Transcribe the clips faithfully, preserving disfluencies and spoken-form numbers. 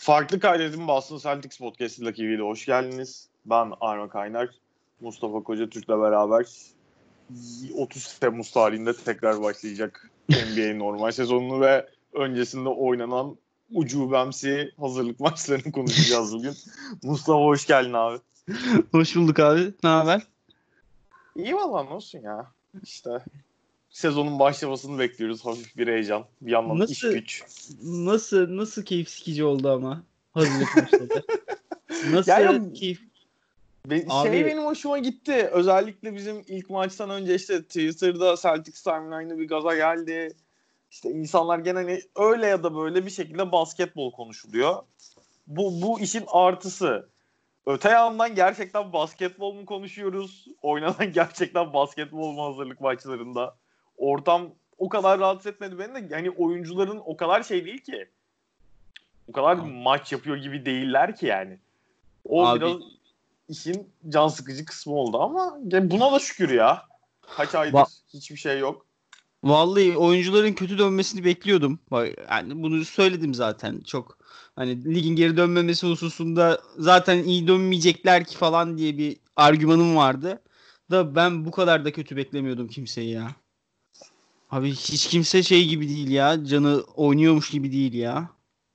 Farklı Kaydedim Boston Celtics Podcast ile T V'de hoş geldiniz. Ben Arma Kaynar, Mustafa Kocatürk'le beraber otuz Temmuz tarihinde tekrar başlayacak N B A normal sezonunu ve öncesinde oynanan ucubemsi hazırlık maçlarını konuşacağız bugün. Mustafa hoş geldin abi. Hoş bulduk abi. Ne haber? İyi valla, ne olsun ya. İşte sezonun başlamasını bekliyoruz. Hafif bir heyecan. Bir yandan nasıl, iş güç. Nasıl nasıl keyif sikici oldu ama hazırlık maçları. Nasıl yani, keyif? Be- Abi, şey benim hoşuma gitti. Özellikle bizim ilk maçtan önce işte Twitter'da Celtics timeline'da bir gaza geldi. İşte insanlar gene hani öyle ya da böyle bir şekilde basketbol konuşuluyor. Bu bu işin artısı. Öte yandan gerçekten basketbol mu konuşuyoruz? Oynanan gerçekten basketbol mu hazırlık maçlarında? Ortam o kadar rahatsız etmedi beni de. Yani oyuncuların o kadar şey değil ki. O kadar abi. maç yapıyor gibi değiller ki yani. O Abi. biraz işin can sıkıcı kısmı oldu ama buna da şükür ya. Kaç aydır Va- hiçbir şey yok. Vallahi oyuncuların kötü dönmesini bekliyordum. Bak, yani bunu söyledim zaten. Çok hani ligin geri dönmemesi hususunda zaten iyi dönmeyecekler ki falan diye bir argümanım vardı. Da ben bu kadar da kötü beklemiyordum kimseyi ya. Abi hiç kimse şey gibi değil ya. Canı oynuyormuş gibi değil ya.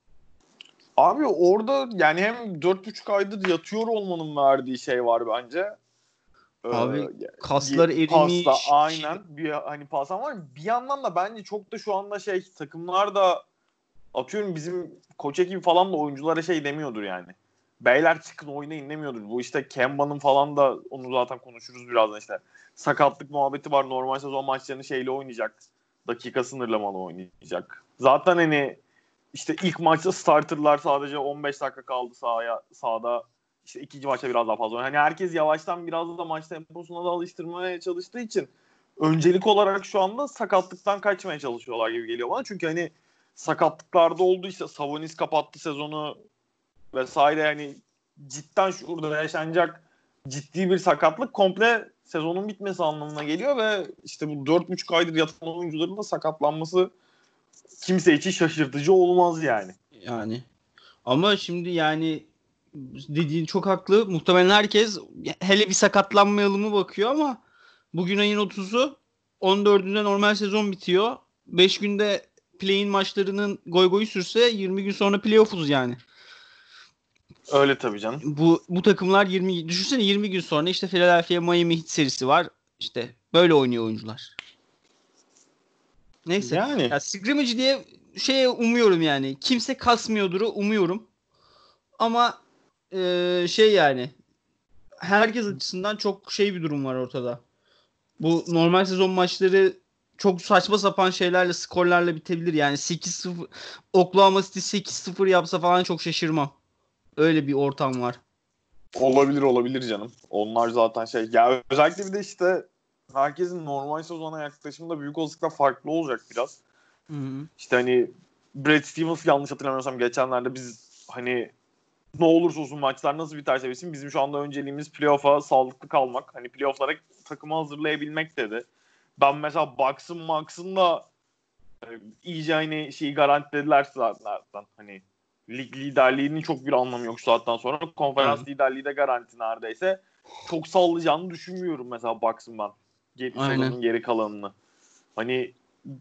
Abi orada yani hem dört buçuk aydır yatıyor olmanın verdiği şey var bence. Abi Ee, kaslar pasta erimiş. aynen bir hani pastan var. Bir yandan da bence çok da şu anda şey takımlar da atıyorum bizim koç ekibi falan da oyunculara şey demiyordur yani. Beyler çıkın oynayın demiyordur. Bu işte Kemba'nın falan da onu zaten konuşuruz birazdan işte. Sakatlık muhabbeti var. Normal sezon maçlarını şeyle oynayacak. Dakika sınırlamalı oynayacak. Zaten hani işte ilk maçta starterlar sadece on beş dakika kaldı sahaya, sahada. İşte ikinci maçta biraz daha fazla. Hani herkes yavaştan biraz da maç temposuna da alıştırmaya çalıştığı için öncelik olarak şu anda sakatlıktan kaçmaya çalışıyorlar gibi geliyor bana. Çünkü hani sakatlıklarda oldu işte Sabonis kapattı sezonu vesaire, yani cidden şurada yaşanacak ciddi bir sakatlık komple sezonun bitmesi anlamına geliyor ve işte bu dört buçuk aydır yatan oyuncuların da sakatlanması kimse için şaşırtıcı olmaz yani. Yani ama şimdi yani dediğin çok haklı. Muhtemelen herkes hele bir sakatlanmayalım mı bakıyor ama bugün ayın otuzu, on dördünde normal sezon bitiyor. beş günde play-in maçlarının goy goyu sürse yirmi gün sonra playoff'uz yani. Öyle tabii canım. Bu bu takımlar yirmi düşünsene yirmi gün sonra işte Philadelphia Miami Heat serisi var. İşte böyle oynuyor oyuncular. Neyse. Yani Ya scrimmage diye şey umuyorum yani. Kimse kasmıyordur umuyorum. Ama eee, şey yani herkes açısından çok şey bir durum var ortada. Bu normal sezon maçları çok saçma sapan şeylerle, skorlarla bitebilir. Yani sekiz sıfır Oklahoma City sekiz sıfır yapsa falan çok şaşırmam. Öyle bir ortam var. olabilir olabilir canım. Onlar zaten şey. Ya özellikle bir de işte herkesin normal sezona yaklaşımı da büyük olasılıkla farklı olacak biraz. Hı-hı. İşte hani Brad Stevens yanlış hatırlamıyorsam geçenlerde biz hani ne olursa olsun maçlar nasıl biterse bitsin bizim şu anda önceliğimiz playoff'a sağlıklı kalmak. Hani playoff'lara takımı hazırlayabilmek dedi. Ben mesela Bucks'ın Bucks'ın da e, iyice hani şeyi garantilediler zaten. Hani lig liderliğinin çok bir anlamı yok şu saatten sonra. Evet. Konferans liderliği de garanti neredeyse. Çok sallayacağını düşünmüyorum mesela Bucks'ın ben. Ge- Aynen. Sezonun geri kalanını. Hani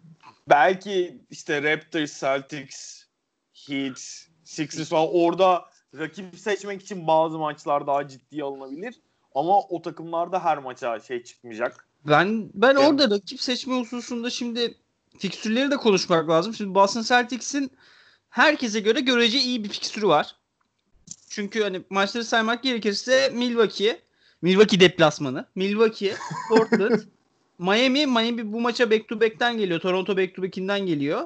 belki işte Raptors, Celtics, Heat, Sixers falan orada rakip seçmek için bazı maçlar daha ciddiye alınabilir. Ama o takımlarda her maça şey çıkmayacak. Ben ben Hem orada rakip seçme hususunda şimdi fikstürleri de konuşmak lazım. Şimdi Boston Celtics'in herkese göre görece iyi bir fikstürü var. Çünkü hani maçları saymak gerekirse Milwaukee, Milwaukee deplasmanı, Milwaukee, Portland, Miami, Miami bu maça back to back'ten geliyor. Toronto back to back'inden geliyor.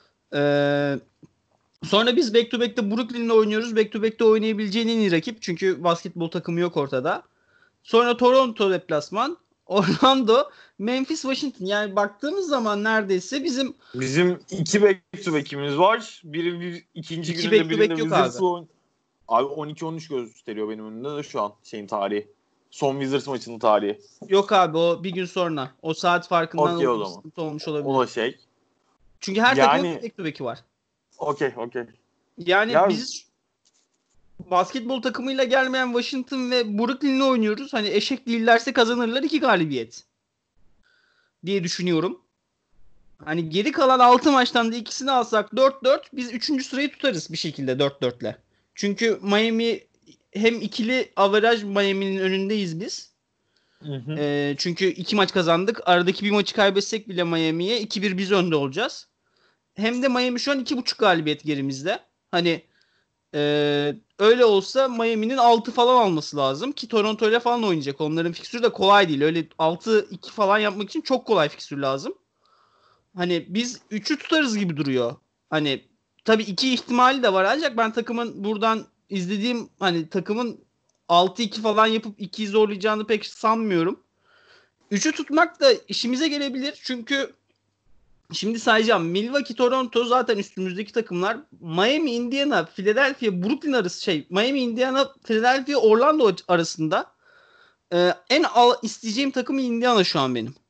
Ee, sonra biz back to back'te Brooklyn'le oynuyoruz. Back to back'te oynayabileceğin en iyi rakip. Çünkü basketbol takımı yok ortada. Sonra Toronto deplasman, Orlando, Memphis, Washington. Yani baktığımız zaman neredeyse bizim bizim iki back to back'imiz var. Biri bir, ikinci iki gününde back to birinde back yok abi. Wizards'la oyun. Abi on iki on üç gösteriyor benim önümde de şu an şeyin tarihi. Son Wizards maçının tarihi. Yok abi o bir gün sonra. O saat farkından Okey o dolayı bir zaman. sıkıntı olmuş O olabilir. da şey. Çünkü her takımın bir Yani back to back'i var. okey okey. Yani Ya biz basketbol takımıyla gelmeyen Washington ve Brooklyn'le oynuyoruz. Hani eşek değillerse kazanırlar iki galibiyet diye düşünüyorum. Hani geri kalan altı maçtan da ikisini alsak dört dört, biz üçüncü sırayı tutarız bir şekilde dört dörtle. Çünkü Miami hem ikili averaj, Miami'nin önündeyiz biz. Hı hı. E, çünkü iki maç kazandık. Aradaki bir maçı kaybetsek bile Miami'ye iki bir biz önde olacağız. Hem de Miami şu an iki buçuk galibiyet gerimizde. Hani e, öyle olsa Miami'nin altı falan alması lazım ki Toronto ile falan oynayacak. Onların fikstürü de kolay değil. Öyle altı iki falan yapmak için çok kolay fikstür lazım. Hani biz üçü tutarız gibi duruyor. Hani tabii iki ihtimali de var, ancak ben takımın buradan izlediğim hani takımın altı iki falan yapıp ikiyi zorlayacağını pek sanmıyorum. üçü tutmak da işimize gelebilir. Çünkü şimdi sayacağım. Milwaukee, Toronto zaten üstümüzdeki takımlar. Miami, Indiana, Philadelphia, Brooklyn arası şey. Miami, Indiana, Philadelphia, Orlando arasında e, en al isteyeceğim takım Indiana şu an benim.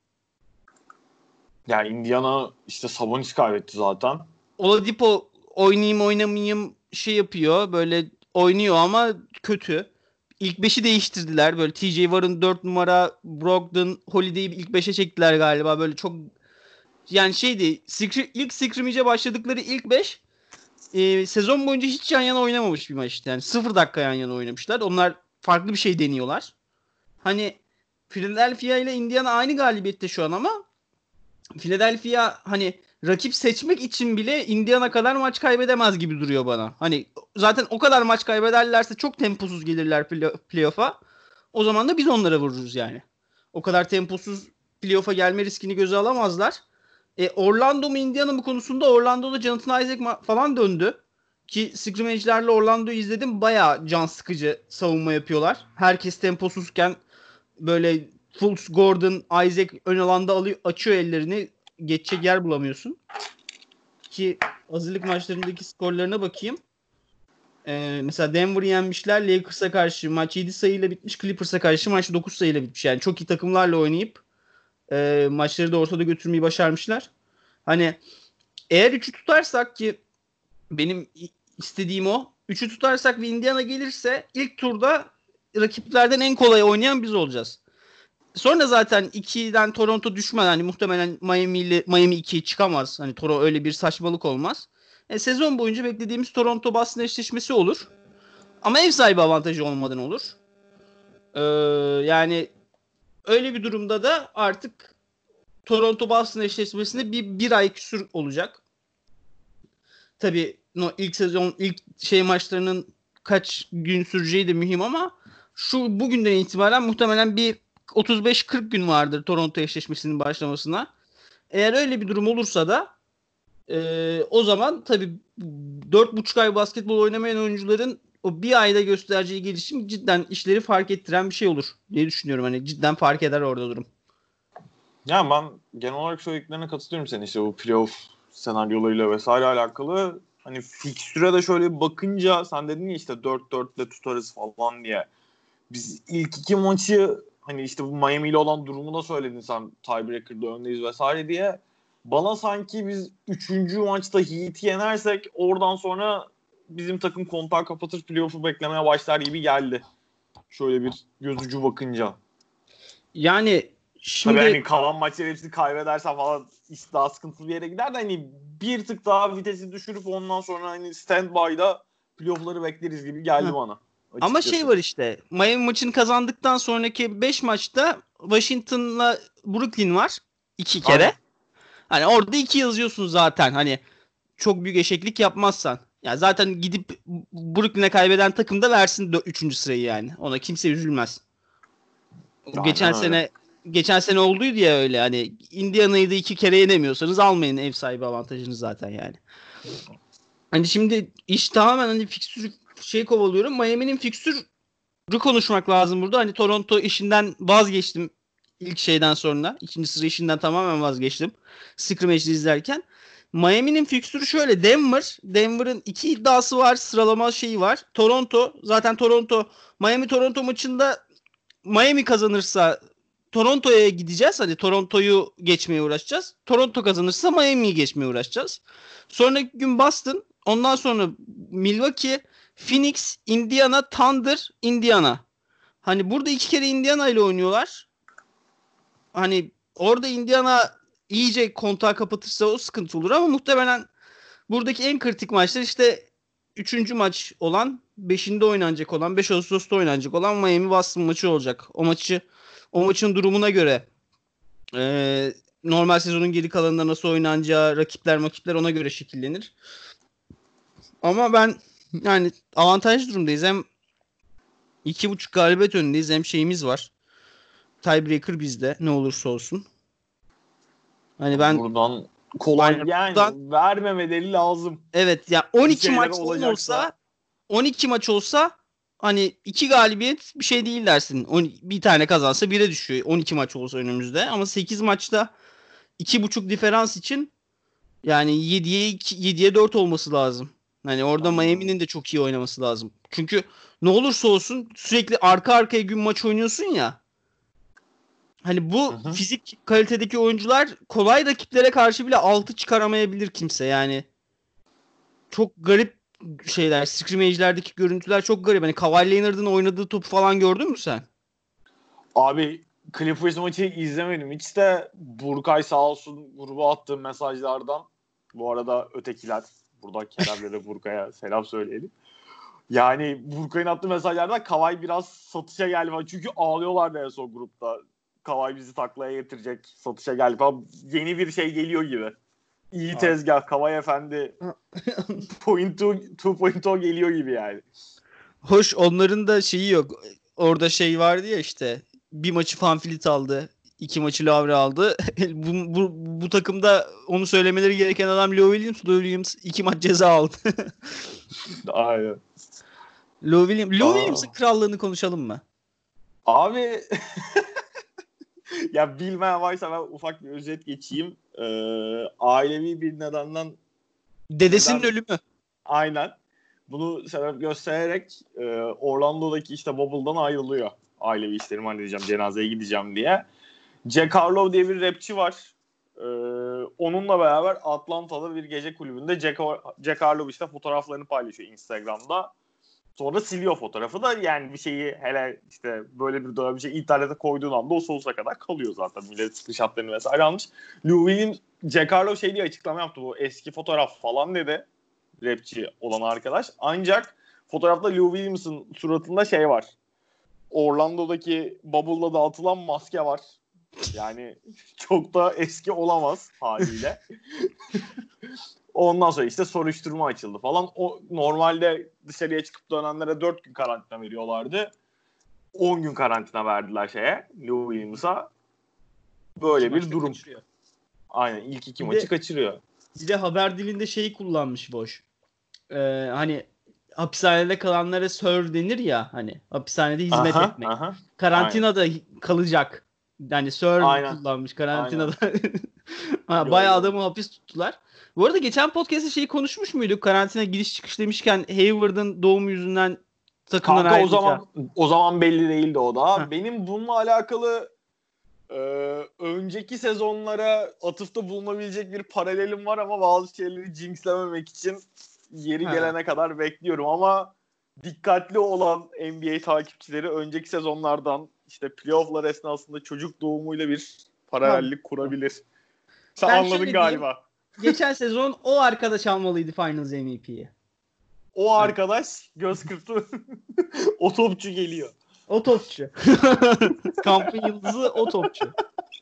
Yani Indiana işte Sabonis kaybetti zaten. Oladipo oynayayım oynamayayım şey yapıyor. Böyle oynuyor ama kötü. İlk beşi değiştirdiler. Böyle T J Warren dört numara, Brogdon, Holiday'i ilk beşe çektiler galiba. Böyle çok yani şeydi. Skri, ilk scrimmage'e başladıkları ilk beş e, sezon boyunca hiç yan yana oynamamış bir maçtı. Yani sıfır dakika yan yana oynamışlar. Onlar farklı bir şey deniyorlar. Hani Philadelphia ile Indiana aynı galibiyette şu an ama Philadelphia hani rakip seçmek için bile Indiana kadar maç kaybedemez gibi duruyor bana. Hani zaten o kadar maç kaybederlerse çok temposuz gelirler play- playoff'a. O zaman da biz onlara vururuz yani. O kadar temposuz playoff'a gelme riskini göze alamazlar. E, Orlando mu Indiana mı konusunda Orlando'da Jonathan Isaac ma- falan döndü. Ki scrimmage'lerle Orlando'yu izledim. Bayağı can sıkıcı savunma yapıyorlar. Herkes temposuzken böyle Fultz, Gordon, Isaac ön alanda alıyor, açıyor ellerini. Geçecek yer bulamıyorsun. Ki hazırlık maçlarındaki skorlarına bakayım. Ee, mesela Denver'ı yenmişler. Lakers'a karşı maç yedi sayıyla bitmiş. Clippers'a karşı maç dokuz sayıyla bitmiş. Yani çok iyi takımlarla oynayıp e, maçları da ortada götürmeyi başarmışlar. Hani eğer üçü tutarsak, ki benim istediğim o. üçü tutarsak ve Indiana gelirse ilk turda rakiplerden en kolay oynayan biz olacağız. Sonra zaten ikiden Toronto düşmez. Hani muhtemelen Miami ile Miami ikiye çıkamaz. Hani Toronto öyle bir saçmalık olmaz. E, sezon boyunca beklediğimiz Toronto Boston eşleşmesi olur. Ama ev sahibi avantajı olmadan olur. Ee, yani öyle bir durumda da artık Toronto Boston eşleşmesinde bir, bir ay küsur olacak. Tabii no, ilk sezon ilk şey maçlarının kaç gün süreceği de mühim ama şu bugünden itibaren muhtemelen bir otuz beş kırk gün vardır Toronto eşleşmesinin başlamasına. Eğer öyle bir durum olursa da e, o zaman tabii dört buçuk ay basketbol oynamayan oyuncuların o bir ayda göstereceği gelişim cidden işleri fark ettiren bir şey olur diye düşünüyorum. Hani cidden fark eder orada durum. Ya ben genel olarak söylediklerine katılıyorum senin işte bu playoff senaryolarıyla vesaire alakalı. Hani fikstüre de şöyle bir bakınca sen dedin ya işte dört dörtle tutarız falan diye. Biz ilk iki maçı hani işte bu Miami ile olan durumu da söyledin sen, tiebreaker'da öndeyiz vesaire diye. Bana sanki biz üçüncü maçta Heat'i yenersek oradan sonra bizim takım kontağı kapatır, playoff'u beklemeye başlar gibi geldi. Şöyle bir göz ucu bakınca. Yani Tabii şimdi hani kalan maçları hepsini kaybedersen falan iş daha sıkıntılı bir yere gider de hani bir tık daha vitesi düşürüp ondan sonra hani standby'da playoff'ları bekleriz gibi geldi Hı. bana Ama şey açıkçası. var işte, Miami maçını kazandıktan sonraki beş maçta Washington'la Brooklyn var. iki kere. Aynen. Hani orada iki yazıyorsun zaten. Hani çok büyük eşeklik yapmazsan. Ya zaten gidip Brooklyn'e kaybeden takım da versin üçüncü sırayı yani. Ona kimse üzülmez. Geçen Aynen öyle. sene geçen sene olduydu ya öyle, hani Indiana'yı da iki kere yenemiyorsanız almayın ev sahibi avantajını zaten yani. Hani şimdi iş tamamen hani fikstür şey kovalıyorum. Miami'nin fikstürü konuşmak lazım burada. Hani Toronto işinden vazgeçtim ilk şeyden sonra. İkinci sıra işinden tamamen vazgeçtim. Scrimmage'de izlerken. Miami'nin fikstürü şöyle. Denver. Denver'ın iki iddiası var. Sıralama şeyi var. Toronto. Zaten Toronto. Miami-Toronto maçında Miami kazanırsa Toronto'ya gideceğiz. Hani Toronto'yu geçmeye uğraşacağız. Toronto kazanırsa Miami'yi geçmeye uğraşacağız. Sonraki gün Boston. Ondan sonra Milwaukee, Phoenix, Indiana, Thunder, Indiana. Hani burada iki kere Indiana ile oynuyorlar. Hani orada Indiana iyice kontağı kapatırsa o sıkıntı olur ama muhtemelen buradaki en kritik maçlar işte üçüncü maç olan, beşinde oynanacak olan, beş Ağustos'ta oynanacak olan Miami Boston maçı olacak. O maçı o maçın durumuna göre e, normal sezonun geri kalanında nasıl oynanacağı, rakipler makipler ona göre şekillenir. Ama ben yani avantajlı durumdayız. Hem iki buçuk galibiyet önündeyiz hem şeyimiz var. Tiebreaker bizde ne olursa olsun. Hani ben buradan kolay Aynen. yani Buradan, vermemeleri lazım. evet ya on iki maç olacaksa... olsa on iki maç olsa hani iki galibiyet bir şey değil dersin. on, bir tane kazansa bire düşüyor. on iki maç olsa önümüzde ama sekiz maçta iki buçuk diferans için yani yediye iki, yediye dört olması lazım. Hani orada Anladım. Miami'nin de çok iyi oynaması lazım. Çünkü ne olursa olsun sürekli arka arkaya gün maç oynuyorsun ya. Hani bu Hı hı. fizik kalitedeki oyuncular kolay rakiplere karşı bile altı çıkaramayabilir kimse yani. Çok garip şeyler. Scrimmage'lerdeki görüntüler çok garip. Hani Kawhi Leonard'ın oynadığı topu falan gördün mü sen? Abi Clippers maçı izlemedim. Hiç de Burkay sağ olsun gruba attığı mesajlardan. Bu arada ötekiler. Burada Kerem'le de Burkay'a selam söyleyelim. Yani Burkay'ın attığı mesajlardan Kawhi biraz satışa geldi falan. Çünkü ağlıyorlardı en son grupta. Kawhi bizi taklaya getirecek, satışa geldi falan. Yeni bir şey geliyor gibi. İyi Abi. tezgah. Kawhi efendi point two point oh geliyor gibi yani. Hoş onların da şeyi yok. Orada şey vardı ya işte bir maçı Fanfleet aldı. İki maçı Lowry aldı. bu, bu, bu takımda onu söylemeleri gereken adam Lou Williams. Lou Williams iki maç ceza aldı. Aynen. Lou, William, Lou Aa. Williams'ın krallığını konuşalım mı? Abi ya bilmeyen varsa ben ufak bir özet geçeyim. Ee, ailevi bir nedenden Dedesinin neden... ölümü. Aynen. Bunu sebep göstererek e, Orlando'daki işte Bubble'dan ayrılıyor. Ailevi işlerimi halledeceğim, cenazeye gideceğim diye. Jack Harlow diye bir rapçi var. Ee, onunla beraber Atlanta'da bir gece kulübünde Jack, Jack Harlow işte fotoğraflarını paylaşıyor Instagram'da. Sonra siliyor fotoğrafı da yani bir şeyi hele işte böyle bir dönem bir şey internete koyduğun anda o sonsuza kadar kalıyor zaten. Millet screenshotlarını vesaire almış. Lou Williams, Jack Harlow şey diye açıklama yaptı, bu eski fotoğraf falan dedi. Rapçi olan arkadaş. Ancak fotoğrafta Lou Williams'ın suratında şey var. Orlando'daki Bubble'da dağıtılan maske var. Yani çok da eski olamaz haliyle. Ondan sonra işte soruşturma açıldı falan. O normalde dışarıya çıkıp dönenlere dört gün karantina veriyorlardı. on gün karantina verdiler şeye, Lou Williams'a. Böyle İki bir durum. Kaçırıyor. Aynen, ilk iki Bir maçı de, kaçırıyor. bir de haber dilinde şeyi kullanmış Boş. Ee, hani hapishanede kalanlara serve denir ya, hani hapishanede hizmet Aha, etmek. aha. Karantinada kalacak. Yani serve Aynen. kullanmış karantinada. ha, bayağı Gördüm. adamı hapis tuttular. Bu arada geçen podcast'te şeyi konuşmuş muyduk? Karantina giriş çıkış demişken Hayward'ın doğum yüzünden takımdan Kanka o ayrılacağı. zaman o zaman belli değildi o da. Heh. Benim bununla alakalı e, önceki sezonlara atıfta bulunabilecek bir paralelim var ama bazı şeyleri jinxlememek için yeri Ha. gelene kadar bekliyorum ama dikkatli olan N B A takipçileri önceki sezonlardan işte playoff'lar esnasında çocuk doğumuyla bir paralellik kurabilir. Sen Ben anladın şöyle galiba. diyeyim, geçen sezon o arkadaş almalıydı Finals M V P'yi. O arkadaş göz kırptı. O topçu geliyor. O topçu. Kampın yıldızı o topçu.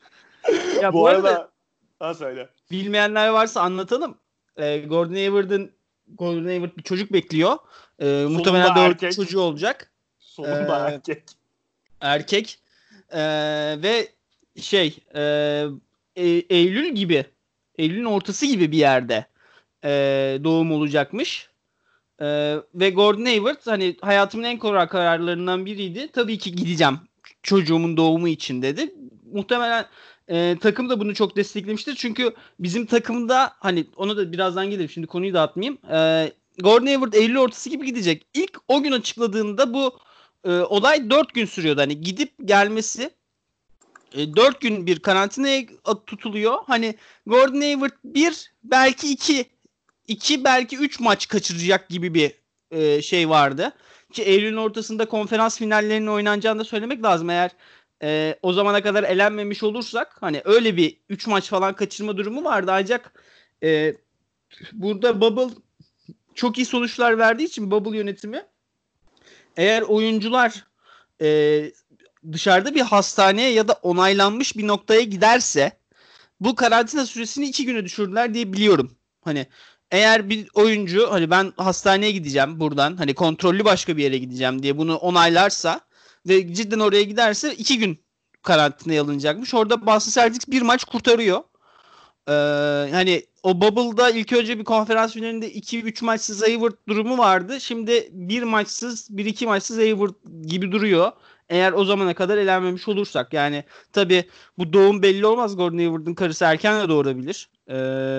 Ya bu, bu arada, arada ha söyle. bilmeyenler varsa anlatalım. Ee, Gordon Hayward'ın Gordon Hayward bir çocuk bekliyor. Ee, muhtemelen dört çocuğu olacak. Sonunda Ee, erkek. Erkek. Ee, ve şey e, e, Eylül gibi Eylül'ün ortası gibi bir yerde e, doğum olacakmış. Ee, ve Gordon Hayward hani hayatımın en kolay kararlarından biriydi. Tabii ki gideceğim çocuğumun doğumu için dedi. Muhtemelen e, takım da bunu çok desteklemiştir. Çünkü bizim takımda hani ona da birazdan gelirim. Şimdi konuyu dağıtmayayım. Ee, Gordon Hayward Eylül ortası gibi gidecek. İlk o gün açıkladığında bu e, olay dört gün sürüyordu. Hani gidip gelmesi e, dört gün bir karantinaya tutuluyor. Hani Gordon Hayward bir belki iki iki belki üç maç kaçıracak gibi bir e, şey vardı. Ki Eylül'ün ortasında konferans finallerinin oynanacağını da söylemek lazım. Eğer e, o zamana kadar elenmemiş olursak hani öyle bir üç maç falan kaçırma durumu vardı. Ancak e, burada Bubble çok iyi sonuçlar verdiği için Bubble yönetimi, eğer oyuncular e, dışarıda bir hastaneye ya da onaylanmış bir noktaya giderse bu karantina süresini iki güne düşürdüler diye biliyorum. Hani eğer bir oyuncu hani ben hastaneye gideceğim buradan, hani kontrollü başka bir yere gideceğim diye bunu onaylarsa ve cidden oraya giderse iki gün karantinaya alınacakmış. Orada Boston Celtics bir maç kurtarıyor. Ee, hani o Bubble'da ilk önce bir konferans finalinde iki üç maçsız Hayward durumu vardı. Şimdi bir maçsız bir iki maçsız Hayward gibi duruyor. Eğer o zamana kadar elenmemiş olursak. Yani tabii bu doğum belli olmaz. Gordon Hayward'ın karısı erken de doğurabilir. Ee,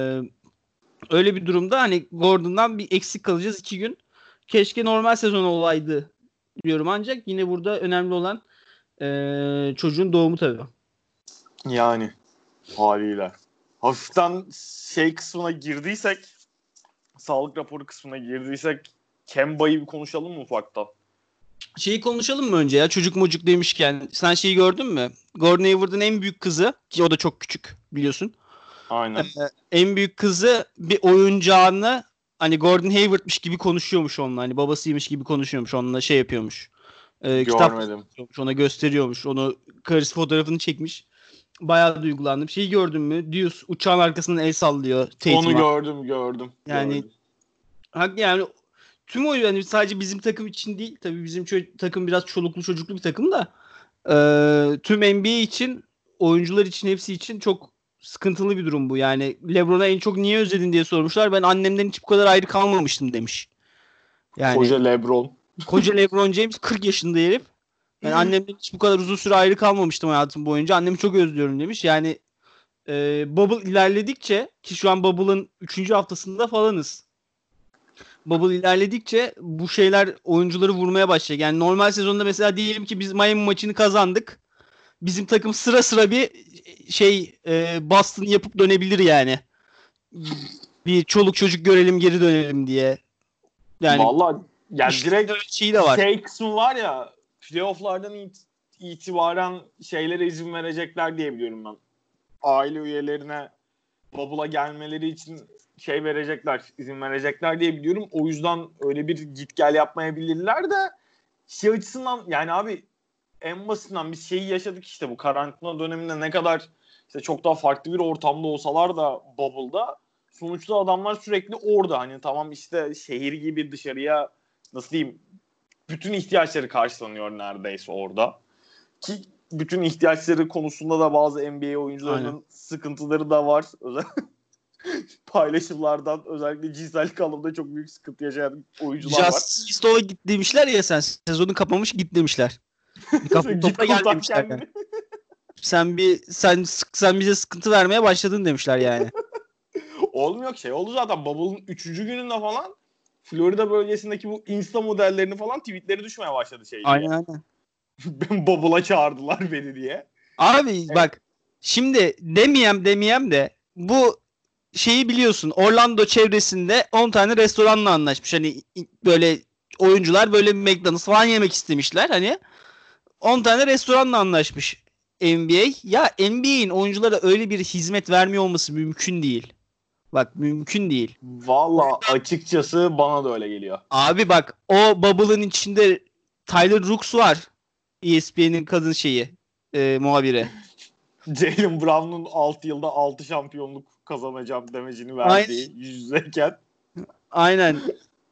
öyle bir durumda hani Gordon'dan bir eksik kalacağız iki gün. Keşke normal sezon olaydı diyorum, ancak yine burada önemli olan ee, çocuğun doğumu tabii. Yani haliyle. Hafiften şey kısmına girdiysek, sağlık raporu kısmına girdiysek Kemba'yı bir konuşalım mı ufaktan? Şeyi konuşalım mı önce ya, çocuk mucuk demişken. Sen şeyi gördün mü? Gordon Hayward'ın en büyük kızı, ki o da çok küçük biliyorsun. Aynen. Ee, en büyük kızı bir oyuncağını hani Gordon Hayward'mış gibi konuşuyormuş onunla. Hani babasıymış gibi konuşuyormuş onunla, şey yapıyormuş. Ee, kitap Görmedim. ona gösteriyormuş. Onu karısı fotoğrafını çekmiş. Bayağı duygulandım. Şeyi gördün mü? Deuce uçağın arkasından el sallıyor. Tatum'a. Onu gördüm gördüm. Yani gördüm. hak yani tüm oyun yani sadece bizim takım için değil. Tabii bizim ço- takım biraz çoluklu çocuklu bir takım da. Ee, tüm N B A için, oyuncular için, hepsi için çok sıkıntılı bir durum bu. Yani LeBron'a en çok niye özledin diye sormuşlar. Ben annemden hiç bu kadar ayrı kalmamıştım demiş. Yani Koca LeBron. koca LeBron James kırk yaşında herif. Ben annemden hiç bu kadar uzun süre ayrı kalmamıştım hayatım boyunca. Annemi çok özlüyorum demiş. Yani e, Bubble ilerledikçe, ki şu an Bubble'ın üçüncü haftasında falanız. Bubble ilerledikçe bu şeyler oyuncuları vurmaya başlayacak. Yani normal sezonda mesela diyelim ki biz Miami maçını kazandık. Bizim takım sıra sıra bir şey e, Boston yapıp dönebilir yani. Bir çoluk çocuk görelim geri dönelim diye. Yani Vallahi yani işte direkt şey de var. şey kısmı var ya, playoff'lardan it- itibaren şeylere izin verecekler diye biliyorum ben. Aile üyelerine Bubble'a gelmeleri için şey verecekler, izin verecekler diye biliyorum. O yüzden öyle bir git gel yapmayabilirler de şey açısından yani abi en basitinden bir şeyi yaşadık işte bu karantina döneminde, ne kadar işte çok daha farklı bir ortamda olsalar da Bubble'da sonuçta adamlar sürekli orada. Hani tamam işte şehir gibi dışarıya nasıl diyeyim bütün ihtiyaçları karşılanıyor neredeyse orada. Ki bütün ihtiyaçları konusunda da bazı N B A oyuncularının Aynen. sıkıntıları da var. Özellikle paylaşımlardan özellikle cinsellik anlamında çok büyük sıkıntı yaşayan oyuncular var. Justice League'a git demişler ya sen. Sezonu kapamış git demişler. Bir kafa Git topla gel kurtar demişler kendini. yani. Sen bir sen sen bize sıkıntı vermeye başladın demişler yani. Olmuyor ki şey oldu zaten Bubble'ın üçüncü gününde falan Florida bölgesindeki bu Insta modellerini falan tweetleri düşmeye başladı şey diye. Aynen aynen. Ben Bubble'a çağırdılar beni diye. Abi Evet. bak şimdi demeyem demeyem de bu şeyi biliyorsun, Orlando çevresinde on tane restoranla anlaşmış. Hani böyle oyuncular böyle McDonald's falan yemek istemişler. Hani on tane restoranla anlaşmış N B A. Ya N B A'in oyunculara öyle bir hizmet vermiyor olması mümkün değil. Bak mümkün değil. Valla açıkçası bana da öyle geliyor. Abi bak o bubble'ın içinde Tyler Rooks var. E S P N'in kadın şeyi e, muhabiri. Jaylen Brown'un altı yılda altı şampiyonluk kazanacağım demecini verdiği Aynen. yüz yüzeyken. Aynen.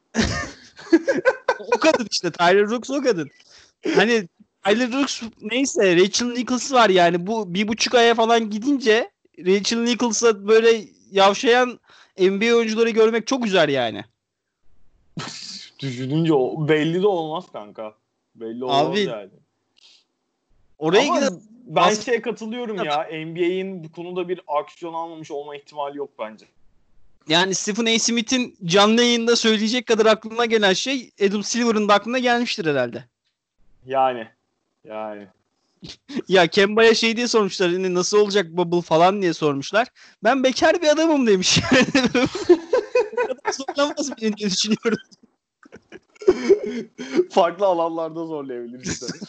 O kadın işte. Tyler Rooks o kadın. Hani Tyler Rooks neyse, Rachel Nichols var yani. Bu bir buçuk aya falan gidince Rachel Nichols'a böyle yavşayan N B A oyuncuları görmek çok güzel yani. Düşününce o, belli de olmaz kanka. Belli olmaz Abi, yani. oraya Ama giden ben Bas- şeye katılıyorum ya. N B A'in bu konuda bir aksiyon almamış olma ihtimali yok bence. yani Stephen A. Smith'in canlı yayında söyleyecek kadar aklına gelen şey Adam Silver'ın da aklına gelmiştir herhalde. Yani. Yani. Ya Kemba'ya şey diye sormuşlar, hani nasıl olacak bubble falan diye sormuşlar. Ben bekar bir adamım demiş. O kadar zorlamaz beni diye düşünüyorum. Farklı alanlarda zorlayabiliriz.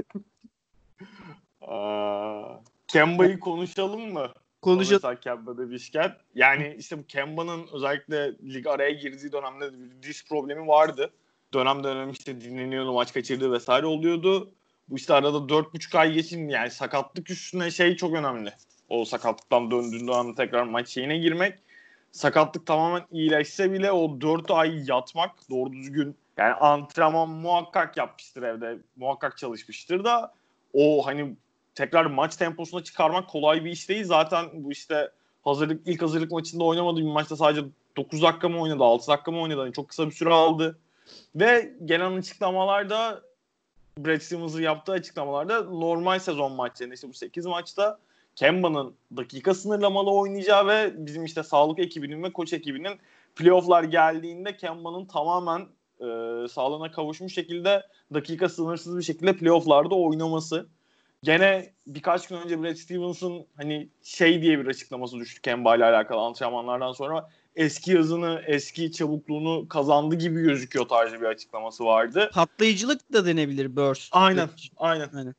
Kemba'yı konuşalım mı? Konuşalım. Mesela Kemba demişken. Yani işte bu Kemba'nın özellikle lig araya girdiği dönemde bir diz problemi vardı. Dönem dönem işte dinleniyordu, maç kaçırdığı vesaire oluyordu. Bu işte arada dört buçuk ay geçin, yani sakatlık üstüne şey çok önemli. O sakatlıktan döndüğünde anda tekrar maç şeyine girmek. Sakatlık tamamen iyileşse bile o dört ay yatmak doğru düzgün, yani antrenman muhakkak yapmıştır evde. Muhakkak çalışmıştır da o hani tekrar maç temposuna çıkarmak kolay bir iş değil. Zaten bu işte hazırlık ilk hazırlık maçında oynamadığı bir maçta sadece dokuz dakika mı oynadı, altı dakika mı oynadı? Yani çok kısa bir süre aldı. Ve gelen açıklamalarda, Brad Stevens'ın yaptığı açıklamalarda normal sezon maçlarında işte bu sekiz maçta Kemba'nın dakika sınırlamalı oynayacağı ve bizim işte sağlık ekibinin ve koç ekibinin playoff'lar geldiğinde Kemba'nın tamamen e, sağlığına kavuşmuş şekilde dakika sınırsız bir şekilde playoff'larda oynaması. Gene birkaç gün önce Brad Stevens'ın hani şey diye bir açıklaması düştü Kemba ile alakalı antrenmanlardan sonra. Eski hızını, eski çabukluğunu kazandı gibi gözüküyor tarzı bir açıklaması vardı. Patlayıcılık da denebilir burst. Aynen, aynen. aynen.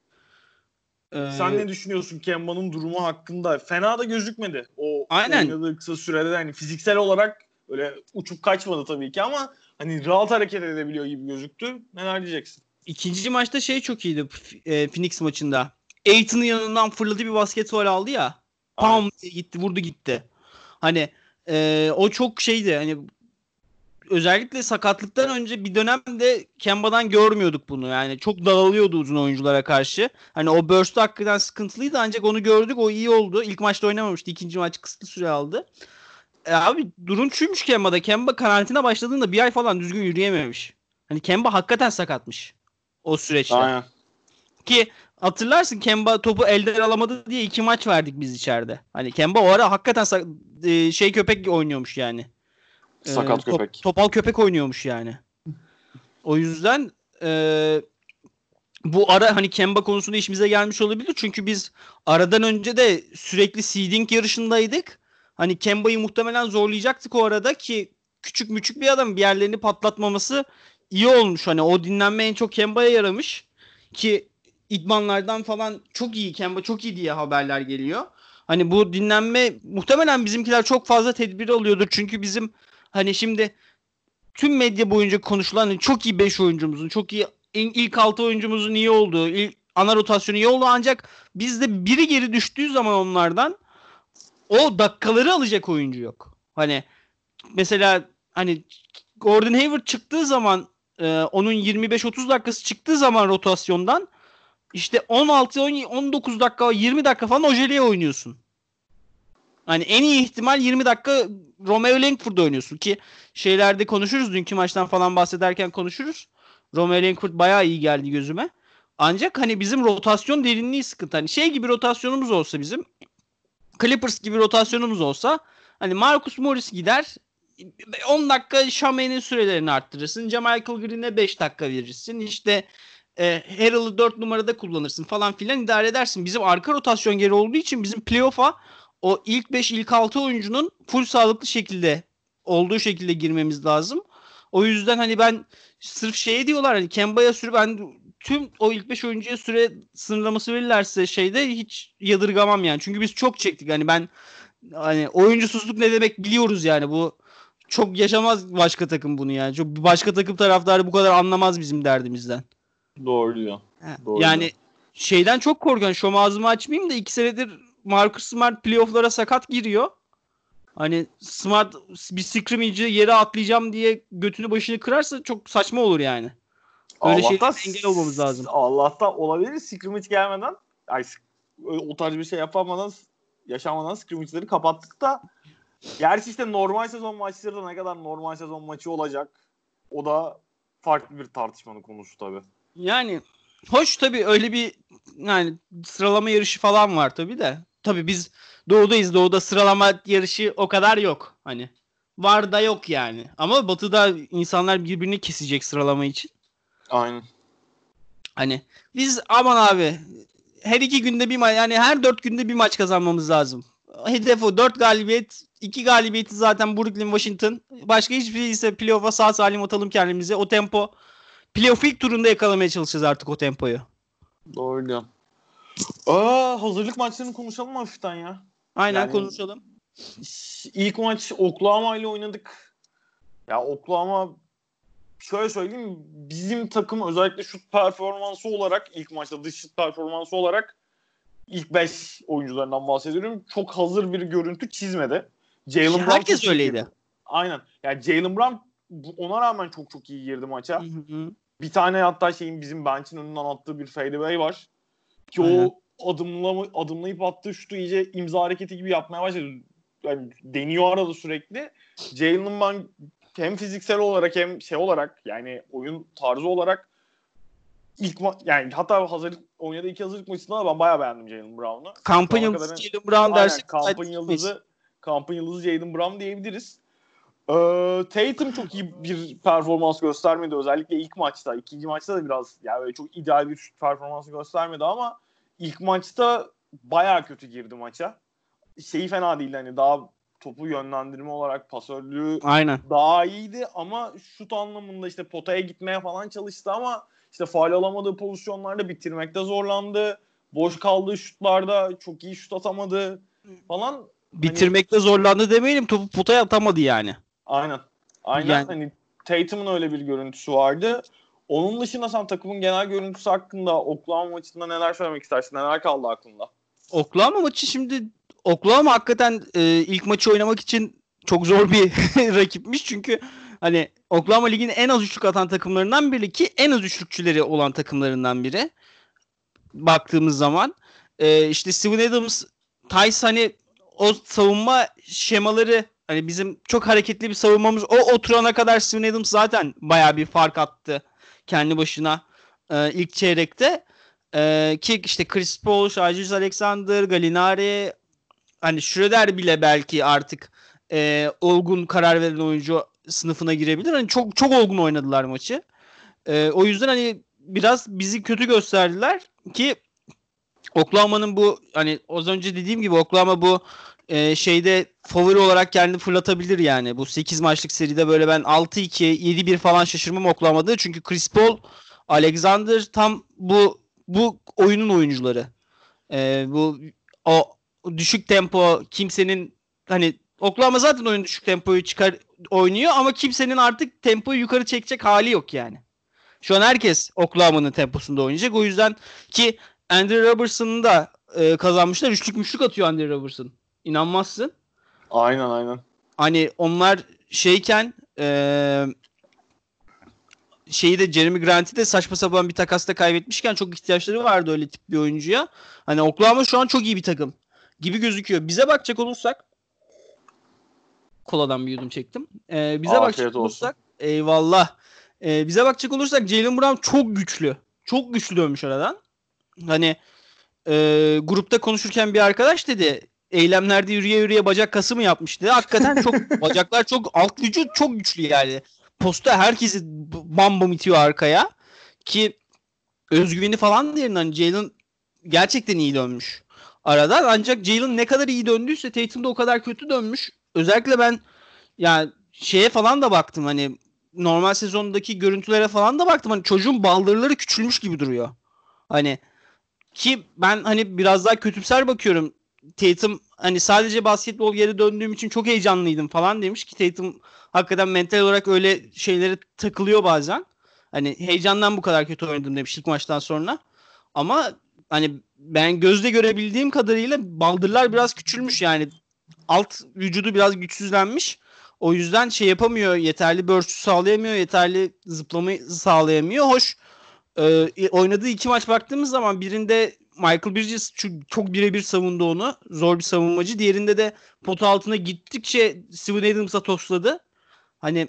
Sen Ee, ne düşünüyorsun Kemba'nın durumu hakkında? Fena da gözükmedi o aynen. oynadığı kısa sürede. Hani fiziksel olarak öyle uçup kaçmadı tabii ki ama hani rahat hareket edebiliyor gibi gözüktü. Neler diyeceksin? İkinci maçta şey çok iyiydi e, Phoenix maçında. Aiton'un yanından fırladı bir basketbol aldı ya. Pam diye gitti, vurdu gitti. Hani e, o çok şeydi. Hani özellikle sakatlıktan önce bir dönemde Kemba'dan görmüyorduk bunu. Yani çok dağılıyordu uzun oyunculara karşı. Hani o burst hakikaten sıkıntılıydı ancak onu gördük. O iyi oldu. İlk maçta oynamamıştı. İkinci maç kısıtlı süre aldı. E abi durum şuymuş Kemba'da. Kemba karantina başladığında bir ay falan düzgün yürüyememiş. Hani Kemba hakikaten sakatmış o süreçte. Aynen. Ki hatırlarsın Kemba topu elden alamadı diye iki maç verdik biz içeride. Hani Kemba o ara hakikaten sa- şey köpek oynuyormuş yani. Sakat Ee, top, köpek. topal köpek oynuyormuş yani. O yüzden e, bu ara hani Kemba konusunda işimize gelmiş olabilir. Çünkü biz aradan önce de sürekli seeding yarışındaydık. Hani Kemba'yı muhtemelen zorlayacaktık o arada ki küçük müçük bir adam bir yerlerini patlatmaması iyi olmuş. Hani o dinlenme en çok Kemba'ya yaramış. Ki idmanlardan falan çok iyi, Kemba çok iyi diye haberler geliyor. Hani bu dinlenme muhtemelen bizimkiler çok fazla tedbir alıyordur. Çünkü bizim hani şimdi tüm medya boyunca konuşulan hani çok iyi beş oyuncumuzun, çok iyi ilk altı oyuncumuzun iyi olduğu, ilk, ana rotasyonu iyi olduğu ancak bizde biri geri düştüğü zaman onlardan o dakikaları alacak oyuncu yok. Hani mesela hani Gordon Hayward çıktığı zaman e, onun yirmi beş otuz dakikası çıktığı zaman rotasyondan işte on altı on dokuz dakika yirmi dakika falan Ojeleye oynuyorsun. Hani en iyi ihtimal yirmi dakika Romeo Langford'da oynuyorsun ki şeylerde konuşuruz. Dünkü maçtan falan bahsederken konuşuruz. Romeo Langford bayağı iyi geldi gözüme. Ancak hani bizim rotasyon derinliği sıkıntı. Hani şey gibi rotasyonumuz olsa bizim Clippers gibi rotasyonumuz olsa hani Marcus Morris gider on dakika Şame'nin sürelerini arttırırsın. Jamichael Green'e beş dakika verirsin. İşte e, Harrell'ı dört numarada kullanırsın falan filan idare edersin. Bizim arka rotasyon geri olduğu için bizim playoff'a o ilk beş ilk altı oyuncunun full sağlıklı şekilde olduğu şekilde girmemiz lazım. O yüzden hani ben sırf şeye diyorlar hani Kemba'ya süre ben tüm o ilk beş oyuncuya süre sınırlaması verirlerse şeyde hiç yadırgamam yani. Çünkü biz çok çektik. Hani ben hani oyuncusuzluk ne demek biliyoruz yani. Bu çok yaşamaz başka takım bunu yani. Çok başka takım taraftarı bu kadar anlamaz bizim derdimizden. Doğru diyor. Doğru Yani diyor. şeyden çok korkuyorum. Şom ağzımı açmayayım da iki senedir Marcus Smart playoff'lara sakat giriyor. Hani Smart bir scrimmage'i yere atlayacağım diye götünü başını kırarsa çok saçma olur yani. Böyle Allah'tan şeylere engel olmamız lazım. Allah'tan olabilir scrimmage gelmeden, ay, o tarz bir şey yapamadan, yaşamadan scrimmage'leri kapattık da, gerçi işte normal sezon maçları da ne kadar normal sezon maçı olacak, o da farklı bir tartışmanın konusu tabii. Yani hoş tabii öyle bir yani sıralama yarışı falan var tabii de. Tabii biz doğudayız. Doğuda sıralama yarışı o kadar yok. Hani var da yok yani. Ama batıda insanlar birbirini kesecek sıralama için. Aynen. Hani biz aman abi her iki günde bir maç yani her dört günde bir maç kazanmamız lazım. Hedef o dört galibiyet. iki galibiyeti zaten Brooklyn, Washington. Başka hiçbir şey ise playoff'a sağ salim atalım kendimize. O tempo playoff ilk turunda yakalamaya çalışacağız artık o tempoyu. Doğru diyorsun. Aa, hazırlık maçlarını konuşalım mı hafiften ya? Aynen Yani, konuşalım. İlk maç Oklahoma ile oynadık. Ya Oklahoma, şöyle söyleyeyim, bizim takım özellikle şut performansı olarak ilk maçta dış şut performansı olarak ilk beş oyuncularından bahsediyorum. Çok hazır bir görüntü çizmedi. Jaylen Brown Herkes çok öyleydi. Girdi. Aynen. Yani Jaylen Brown ona rağmen çok çok iyi girdi maça. Hı hı. Bir tane hatta şeyin bizim bench'in önünden attığı bir fadeaway var. Ki Aynen. o adımlama, adımlayıp attığı şutu iyice imza hareketi gibi yapmaya başladı. Yani deniyor arada sürekli. Jaylen ben hem fiziksel olarak hem şey olarak, yani oyun tarzı olarak ilk ma- yani hatta hazırlık oynadığı iki hazırlık maçında da ben bayağı beğendim Jaylen Brown'u. Kampın yıldızı kadar... Jaylen Brown dersek kampın yıldızı kampın yıldızı Jaylen Brown diyebiliriz. Ee, Tatum çok iyi bir performans göstermedi özellikle ilk maçta. İkinci maçta da biraz yani böyle çok ideal bir performans göstermedi ama ilk maçta bayağı kötü girdi maça. Şeyi fena değildi, hani daha topu yönlendirme olarak pasörlüğü Aynen. daha iyiydi ama şut anlamında işte potaya gitmeye falan çalıştı ama işte faul alamadığı pozisyonlarda bitirmekte zorlandı. Boş kaldığı şutlarda çok iyi şut atamadı falan. Bitirmekte hani... zorlandı demeyelim, topu potaya atamadı yani. Aynen. Aynen. Yani... Hani Tatum'un öyle bir görüntüsü vardı. Onun dışında sen takımın genel görüntüsü hakkında Oklahoma maçında neler söylemek istersin? Neler kaldı aklında? Oklahoma maçı şimdi Oklahoma hakikaten e, ilk maçı oynamak için çok zor bir rakipmiş. Çünkü hani Oklahoma ligin en az üçlük atan takımlarından biri ki en az üçlükçüleri olan takımlarından biri. Baktığımız zaman e, işte Steven Adams, Tice hani o savunma şemaları, hani bizim çok hareketli bir savunmamız o oturana kadar Steven Adams zaten bayağı bir fark attı kendi başına e, ilk çeyrekte. Ee, ki işte Chris Paul, Shai Alexander, Gallinari, hani Schroeder bile belki artık e, olgun karar veren oyuncu sınıfına girebilir. Hani çok çok olgun oynadılar maçı. E, o yüzden hani biraz bizi kötü gösterdiler ki Oklahoma'nın bu, hani az önce dediğim gibi Oklahoma bu e, şeyde favori olarak kendini fırlatabilir yani. Bu sekiz maçlık seride böyle ben altı iki, yedi bir falan şaşırmam Oklahoma'da. Çünkü Chris Paul, Alexander tam bu bu oyunun oyuncuları. Ee, bu o düşük tempo, kimsenin hani Oklahoma zaten oyun düşük tempoyu çıkar oynuyor ama kimsenin artık tempoyu yukarı çekecek hali yok yani. Şu an herkes Oklahoma'nın temposunda oynayacak. O yüzden ki Andre Robertson'ı da e, kazanmışlar. Üçlük müşlük atıyor Andre Robertson. İnanmazsın. Aynen aynen. Hani onlar şeyken eee şeyi de Jeremy Grant'i de saçma sapan bir takasta kaybetmişken çok ihtiyaçları vardı öyle tip bir oyuncuya. Hani Oklahoma şu an çok iyi bir takım gibi gözüküyor. Bize bakacak olursak koladan bir yudum çektim. Ee, bize Afiyet bakacak olsun. olursak eyvallah. Ee, bize bakacak olursak Jaylen Brown çok güçlü. Çok güçlü dönmüş aradan. Hani e, grupta konuşurken bir arkadaş dedi eylemlerde yürüye yürüye bacak kası mı yapmış dedi. Hakikaten çok bacaklar çok, alt vücut çok güçlü yani. Posta herkesi bam bam itiyor arkaya. Ki özgüveni falan da yerinden Jaylen gerçekten iyi dönmüş aradan. Ancak Jaylen ne kadar iyi döndüyse Tatum da o kadar kötü dönmüş. Özellikle ben yani şeye falan da baktım, hani normal sezondaki görüntülere falan da baktım. Hani çocuğun baldırları küçülmüş gibi duruyor. Hani ki ben hani biraz daha kötümser bakıyorum. Tatum hani sadece basketbol geri döndüğüm için çok heyecanlıydım falan demiş ki Tatum hakikaten mental olarak öyle şeylere takılıyor bazen. Hani heyecandan bu kadar kötü oynadım demiş ilk maçtan sonra. Ama hani ben gözle görebildiğim kadarıyla baldırlar biraz küçülmüş yani. Alt vücudu biraz güçsüzlenmiş. O yüzden şey yapamıyor, yeterli burst sağlayamıyor, yeterli zıplamayı sağlayamıyor. Hoş e, oynadığı iki maç baktığımız zaman birinde Michael Bridges çok, çok birebir savundu onu. Zor bir savunmacı. Diğerinde de pota altına gittikçe Steven Adams'a tosladı. Hani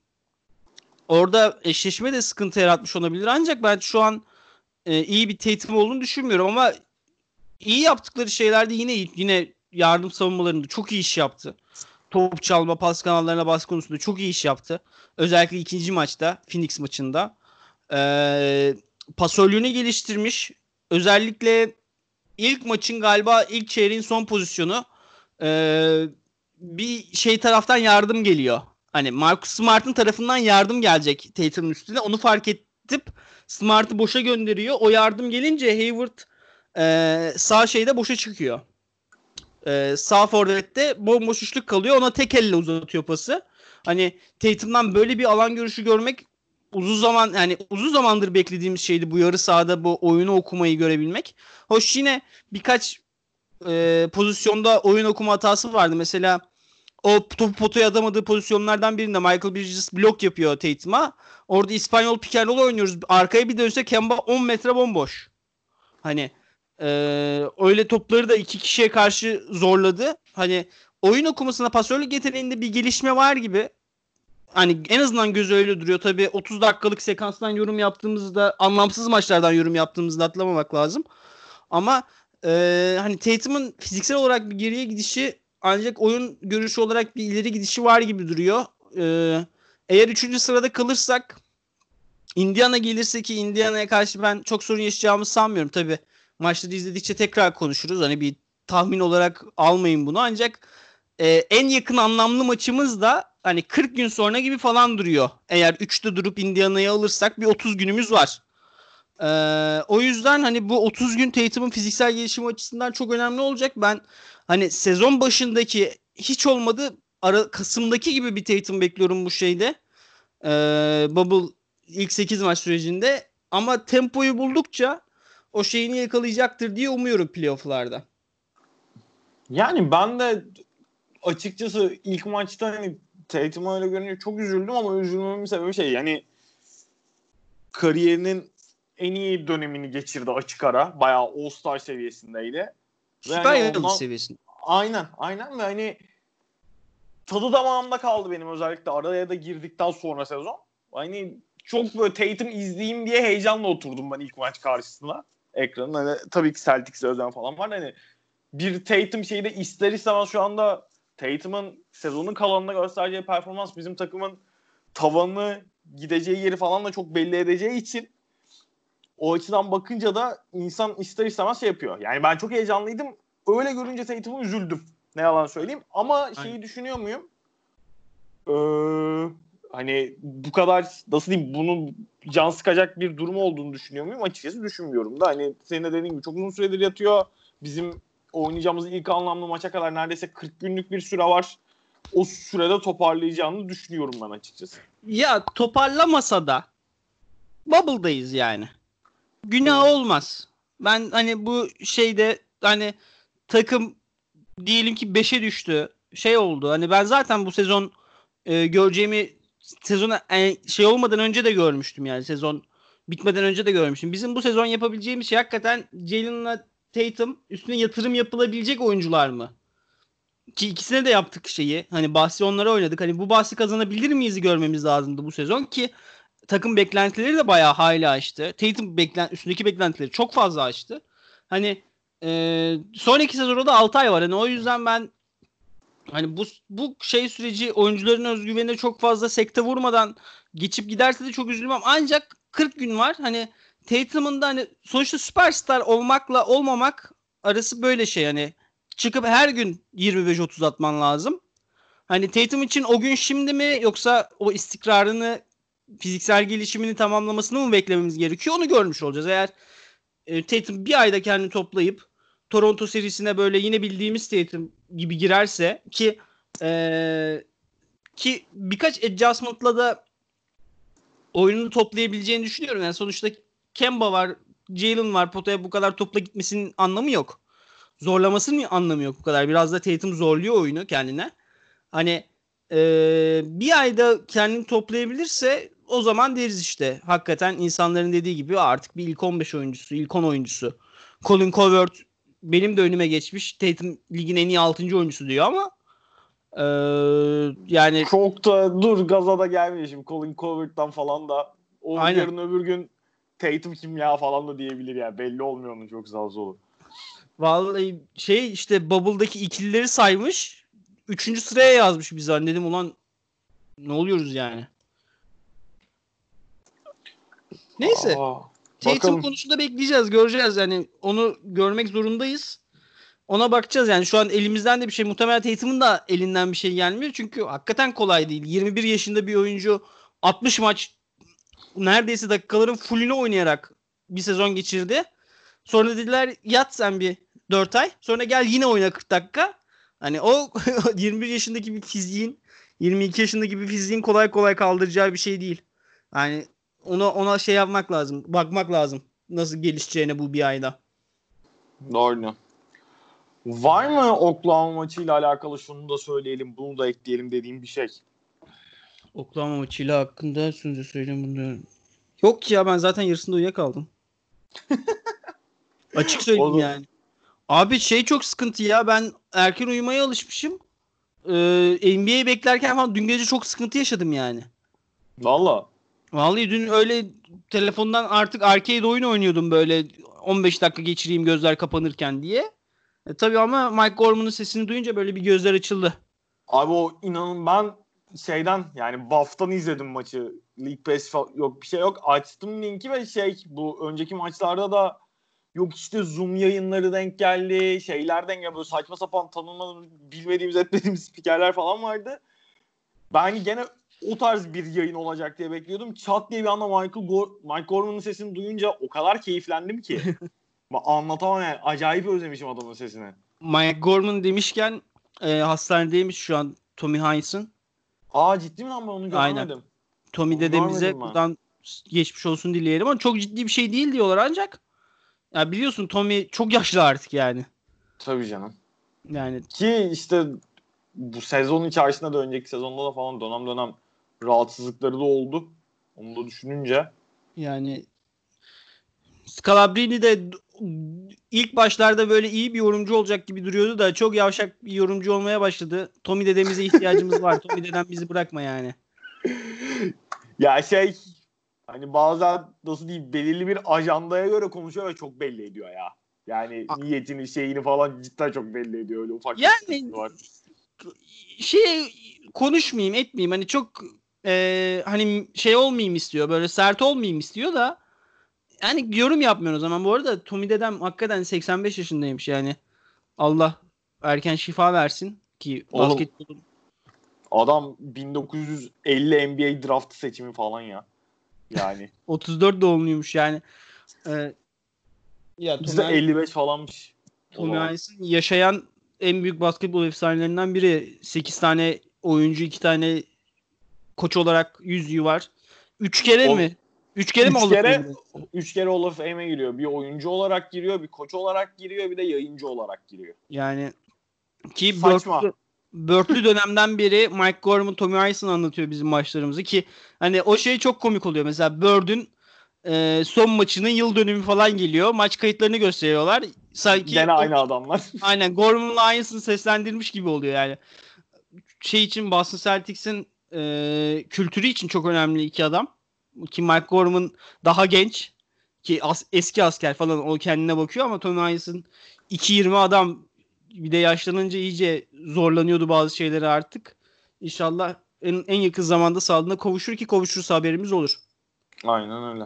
orada eşleşme de sıkıntı yaratmış olabilir. Ancak ben şu an e, iyi bir Tatum olduğunu düşünmüyorum ama iyi yaptıkları şeylerde yine yine yardım savunmalarında çok iyi iş yaptı. Top çalma, pas kanallarına baskı konusunda çok iyi iş yaptı. Özellikle ikinci maçta, Phoenix maçında. Ee, pasörlüğünü geliştirmiş. Özellikle ilk maçın galiba ilk çeyreğin son pozisyonu ee, bir şey taraftan yardım geliyor. Hani Marcus Smart'ın tarafından yardım gelecek Tatum'un üstüne. Onu fark et, itip Smart'ı boşa gönderiyor. O yardım gelince Hayward e, sağ şeyde boşa çıkıyor. E, sağ forvette bomboş üçlük kalıyor. Ona tek elle uzatıyor pası. Hani Tatum'dan böyle bir alan görüşü görmek uzun zaman yani uzun zamandır beklediğimiz şeydi, bu yarı sahada bu oyunu okumayı görebilmek. Hoş yine birkaç e, pozisyonda oyun okuma hatası vardı. Mesela o topu potaya atamadığı pozisyonlardan birinde Michael Bridges blok yapıyor Tatum'a. Orada İspanyol pick and roll oynuyoruz. Arkaya bir dönse Kemba on metre bomboş. Hani e, öyle topları da iki kişiye karşı zorladı. Hani oyun okumasında, pasörlük yeteneğinde bir gelişme var gibi. Hani en azından gözü öyle duruyor. Tabii otuz dakikalık sekanstan yorum yaptığımızda, anlamsız maçlardan yorum yaptığımızda atlamamak lazım. Ama e, hani Tatum'un fiziksel olarak bir geriye gidişi, ancak oyun görüşü olarak bir ileri gidişi var gibi duruyor. E, eğer üçüncü sırada kalırsak, Indiana gelirse, ki Indiana'ya karşı ben çok sorun yaşayacağımızı sanmıyorum. Tabii maçları izledikçe tekrar konuşuruz. Hani bir tahmin olarak almayın bunu. Ancak e, en yakın anlamlı maçımız da hani kırk gün sonra gibi falan duruyor. Eğer üçte durup Indiana'yı alırsak bir otuz günümüz var. Ee, o yüzden hani bu otuz gün Tatum'un fiziksel gelişimi açısından çok önemli olacak. Ben hani sezon başındaki hiç olmadı ara, Kasım'daki gibi bir Tatum bekliyorum bu şeyde. Ee, Bubble ilk sekiz maç sürecinde. Ama tempoyu buldukça o şeyini yakalayacaktır diye umuyorum playoff'larda. Yani ben de açıkçası ilk maçta hani Tatum'u öyle görünce çok üzüldüm, ama üzülmemin sebebi şey, yani kariyerinin en iyi dönemini geçirdi açık ara. Bayağı All-Star seviyesindeydi. Süper Yani yıldız ondan... seviyesinde. Aynen, aynen ve hani tadı damağımda kaldı benim, özellikle araya da girdikten sonra sezon. Hani çok böyle Tatum izleyeyim diye heyecanla oturdum ben ilk maç karşısına. Ekranın hani tabii ki Celtics'e özen falan var. Hani bir Tatum şeyi de ister istemez şu anda Tatum'un sezonun kalanında göstereceği performans bizim takımın tavanı, gideceği yeri falan da çok belli edeceği için o açıdan bakınca da insan ister istemez şey yapıyor. Yani ben çok heyecanlıydım. Öyle görünce Tatum'u üzüldüm. Ne yalan söyleyeyim. Ama şeyi Aynen. düşünüyor muyum? Ee, hani bu kadar nasıl diyeyim, bunun can sıkacak bir durum olduğunu düşünüyor muyum? Açıkçası düşünmüyorum da. Hani senin de dediğin gibi çok uzun süredir yatıyor. Bizim oynayacağımız ilk anlamlı maça kadar neredeyse kırk günlük bir süre var. O sürede toparlayacağını düşünüyorum ben açıkçası. Ya toparlamasa da Bubble'dayız yani. Günah evet. olmaz. Ben hani bu şeyde hani takım diyelim ki beşe düştü. Şey oldu. Hani ben zaten bu sezon e, göreceğimi sezona yani şey olmadan önce de görmüştüm, yani sezon bitmeden önce de görmüştüm. Bizim bu sezon yapabileceğimiz şey hakikaten Jalen'la Tatum üstüne yatırım yapılabilecek oyuncular mı? Ki ikisine de yaptık şeyi. Hani bahsi onlara oynadık. Hani bu bahsi kazanabilir miyiz görmemiz lazımdı bu sezon, ki takım beklentileri de bayağı hayli aştı. Tatum beklen üstündeki beklentileri çok fazla aştı. Hani e, sonraki sezonda da altı ay var. Hani o yüzden ben hani bu bu şey süreci oyuncuların özgüvenine çok fazla sekte vurmadan geçip giderse de çok üzülmem. Ancak kırk gün var. Hani Tatum'un da hani sonuçta süperstar olmakla olmamak arası böyle şey, hani çıkıp her gün yirmi beş otuz atman lazım. Hani Tatum için o gün şimdi mi, yoksa o istikrarını, fiziksel gelişimini tamamlamasını mı beklememiz gerekiyor? Onu görmüş olacağız. Eğer e, Tatum bir ayda kendini toplayıp Toronto serisine böyle yine bildiğimiz Tatum gibi girerse, ki e, ki birkaç adjustment'la da oyununu toplayabileceğini düşünüyorum. Yani sonuçta Kemba var, Jalen var. Potaya bu kadar topla gitmesinin anlamı yok. Zorlamasının anlamı yok bu kadar. Biraz da Tatum zorluyor oyunu kendine. Hani e, bir ayda kendini toplayabilirse o zaman deriz işte. Hakikaten insanların dediği gibi artık bir ilk on beş oyuncusu, ilk on oyuncusu. Colin Cowherd benim de önüme geçmiş. Tatum ligin en iyi altıncı oyuncusu diyor ama e, yani çok da dur gaza da gelmiyor şimdi Colin Cowherd'dan falan da. O aynen. Yarın öbür gün Tatum kim ya falan da diyebilir ya. Belli olmuyor onun çok sağlığı olur. Vallahi şey işte Bubble'daki ikilileri saymış. Üçüncü sıraya yazmış bize. Hani dedim ulan ne oluyoruz yani. Neyse. Aa, Tatum konusunda bekleyeceğiz. Göreceğiz. Yani onu görmek zorundayız. Ona bakacağız. Yani şu an elimizden de bir şey. Muhtemelen Tatum'un da elinden bir şey gelmiyor. Çünkü hakikaten kolay değil. yirmi bir yaşında bir oyuncu altmış maç neredeyse dakikaların fullünü oynayarak bir sezon geçirdi. Sonra dediler yat sen bir dört ay. Sonra gel yine oyna kırk dakika. Hani o yirmi bir yaşındaki bir fiziğin, yirmi iki yaşındaki bir fiziğin kolay kolay kaldıracağı bir şey değil. Yani ona ona şey yapmak lazım. Bakmak lazım. Nasıl gelişeceğine bu bir ayda. Doğru. Var mı Oklahoma maçıyla alakalı şunu da söyleyelim, bunu da ekleyelim dediğim bir şey? Oklahoma maçıyla hakkında sözü söyleyeyim bunu. Yok ki ya, ben zaten yarısında uyuyakaldım. Açık söyleyeyim Oğlum. yani. Abi şey çok sıkıntı ya. Ben erken uyumaya alışmışım. Ee, N B A beklerken falan dün gece çok sıkıntı yaşadım yani. Valla. Vallahi dün öyle telefondan artık arcade oyun oynuyordum böyle on beş dakika geçireyim gözler kapanırken diye. E, tabii ama Mike Gorman'ın sesini duyunca böyle bir gözler açıldı. Abi o inanın ben şeyden yani B A F'tan izledim maçı. League Pass fa- yok bir şey yok. Açtım linki ve şey bu önceki maçlarda da yok işte Zoom yayınları denk geldi. Şeyler denk geldi. Böyle saçma sapan tanınmadığımız, bilmediğimiz etmediğimiz spikerler falan vardı. Ben gene o tarz bir yayın olacak diye bekliyordum. Çat diye bir anda Michael Go- Mike Gorman'ın sesini duyunca o kadar keyiflendim ki. Anlatamam yani. Acayip özlemişim adamın sesini. Mike Gorman demişken e, hastanedeymiş şu an Tommy Heinsohn. Aa ciddi mi lan, ben onu Aynen. görmedim. Tommy Onu dedemize görmedim ben. buradan geçmiş olsun dileyelim ama çok ciddi bir şey değil diyorlar ancak ya biliyorsun Tommy çok yaşlı artık yani. Tabii canım. Yani Ki işte bu sezon içerisinde de önceki sezonda da falan dönem dönem rahatsızlıkları da oldu. Onu da düşününce. yani Scalabrine de ilk başlarda böyle iyi bir yorumcu olacak gibi duruyordu da çok yavşak bir yorumcu olmaya başladı. Tommy dedemize ihtiyacımız var. Tommy dedem bizi bırakma yani. Ya şey hani bazen nasıl diyeyim belirli bir ajandaya göre konuşuyor ve çok belli ediyor ya. Yani A- niyetini şeyini falan cidden çok belli ediyor. Öyle ufak bir Yani sıkıntı var. şey konuşmayayım etmeyeyim hani çok e, hani şey olmayayım istiyor böyle sert olmayayım istiyor da yani yorum yapmıyor o zaman. Bu arada Tommy dedem hakikaten seksen beş yaşındaymış yani. Allah erken şifa versin ki Oğlum basketbolun adam bin dokuz yüz elli N B A draft seçimi falan ya. Yani. otuz dört doğumluymuş yani. Ee, ya Bizde Tommy elli beş falanmış o Tommy zaman. Heinsohn yaşayan en büyük basketbol efsanelerinden biri. sekiz tane oyuncu, iki tane koç olarak yüzüğü var. üç kere O, mi? üç kere mi üç Hall of kere Fame'de? üç kere Hall of Fame'e giriyor. Bir oyuncu olarak giriyor, bir koç olarak giriyor, bir de yayıncı olarak giriyor. Yani ki Saçma. Bird'lü, Bird'lü dönemden beri Mike Gorman, Tommy Heinsohn anlatıyor bizim maçlarımızı ki hani o şey çok komik oluyor. Mesela Bird'ün e, son maçının yıl dönümü falan geliyor. Maç kayıtlarını gösteriyorlar. Sanki Gene o, aynı adamlar. aynen Gorman'la aynısını seslendirmiş gibi oluyor yani. Şey için Boston Celtics'in e, kültürü için çok önemli iki adam. Ki Mike Gorman daha genç ki as, eski asker falan o kendine bakıyor ama Tony Heinsohn iki yirmi adam bir de yaşlanınca iyice zorlanıyordu bazı şeyleri artık. İnşallah en, en yakın zamanda sağlığına kavuşur ki kavuşursa haberimiz olur. Aynen öyle.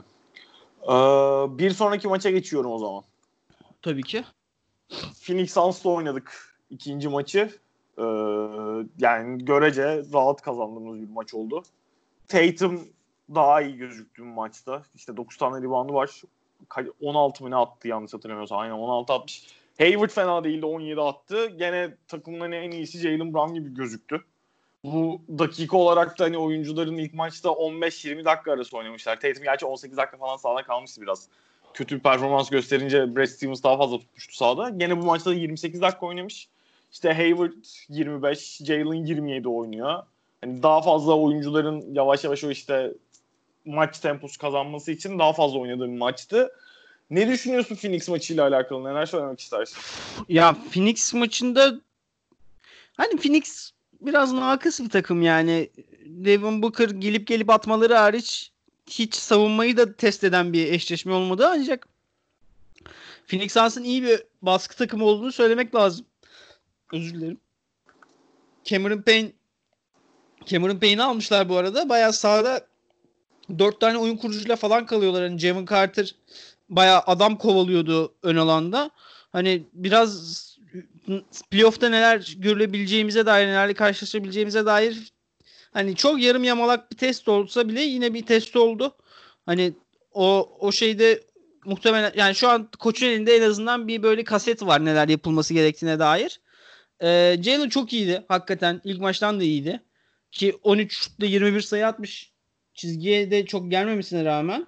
Ee, bir sonraki maça geçiyorum o zaman. Tabii ki. Phoenix Suns'la oynadık ikinci maçı. Ee, yani görece rahat kazandığımız bir maç oldu. Tatum daha iyi gözüktü bu maçta. İşte dokuz tane reboundu var. on altı mı ne attı yanlış hatırlamıyorsam. Aynen on altı atmış. Hayward fena değildi, on yedi attı. Gene takımların en iyisi Jaylen Brown gibi gözüktü. Bu dakika olarak da hani oyuncuların ilk maçta on beş yirmi dakika arası oynamışlar. Tatum gerçi on sekiz dakika falan sahada kalmıştı biraz. Kötü bir performans gösterince Brad Stevens daha fazla tutmuştu sahada. Gene bu maçta da yirmi sekiz dakika oynamış. İşte Hayward yirmi beş, Jaylen yirmi yedi oynuyor. Hani daha fazla oyuncuların yavaş yavaş o işte maç temposu kazanması için daha fazla oynadığı bir maçtı. Ne düşünüyorsun Phoenix maçıyla alakalı? Neler söylemek istersin? Ya Phoenix maçında hani Phoenix biraz nakıs bir takım yani. Devin Booker gelip gelip atmaları hariç hiç savunmayı da test eden bir eşleşme olmadı ancak Phoenix Suns'ın iyi bir baskı takımı olduğunu söylemek lazım. Özür dilerim. Cameron Payne Cameron Payne'i almışlar bu arada. Bayağı sahada dört tane oyun kurucuyla falan kalıyorlar. Hani Jevon Carter bayağı adam kovalıyordu ön alanda. Hani biraz playoff'ta neler görülebileceğimize dair, nelerle karşılaşabileceğimize dair hani çok yarım yamalak bir test olsa bile yine bir test oldu. Hani o o şeyde muhtemelen yani şu an koçun elinde en azından bir böyle kaset var neler yapılması gerektiğine dair. Ee, Jalen çok iyiydi. Hakikaten ilk maçtan da iyiydi. Ki on üç şutla yirmi bir sayı atmış. Çizgiye de çok gelmemesine rağmen.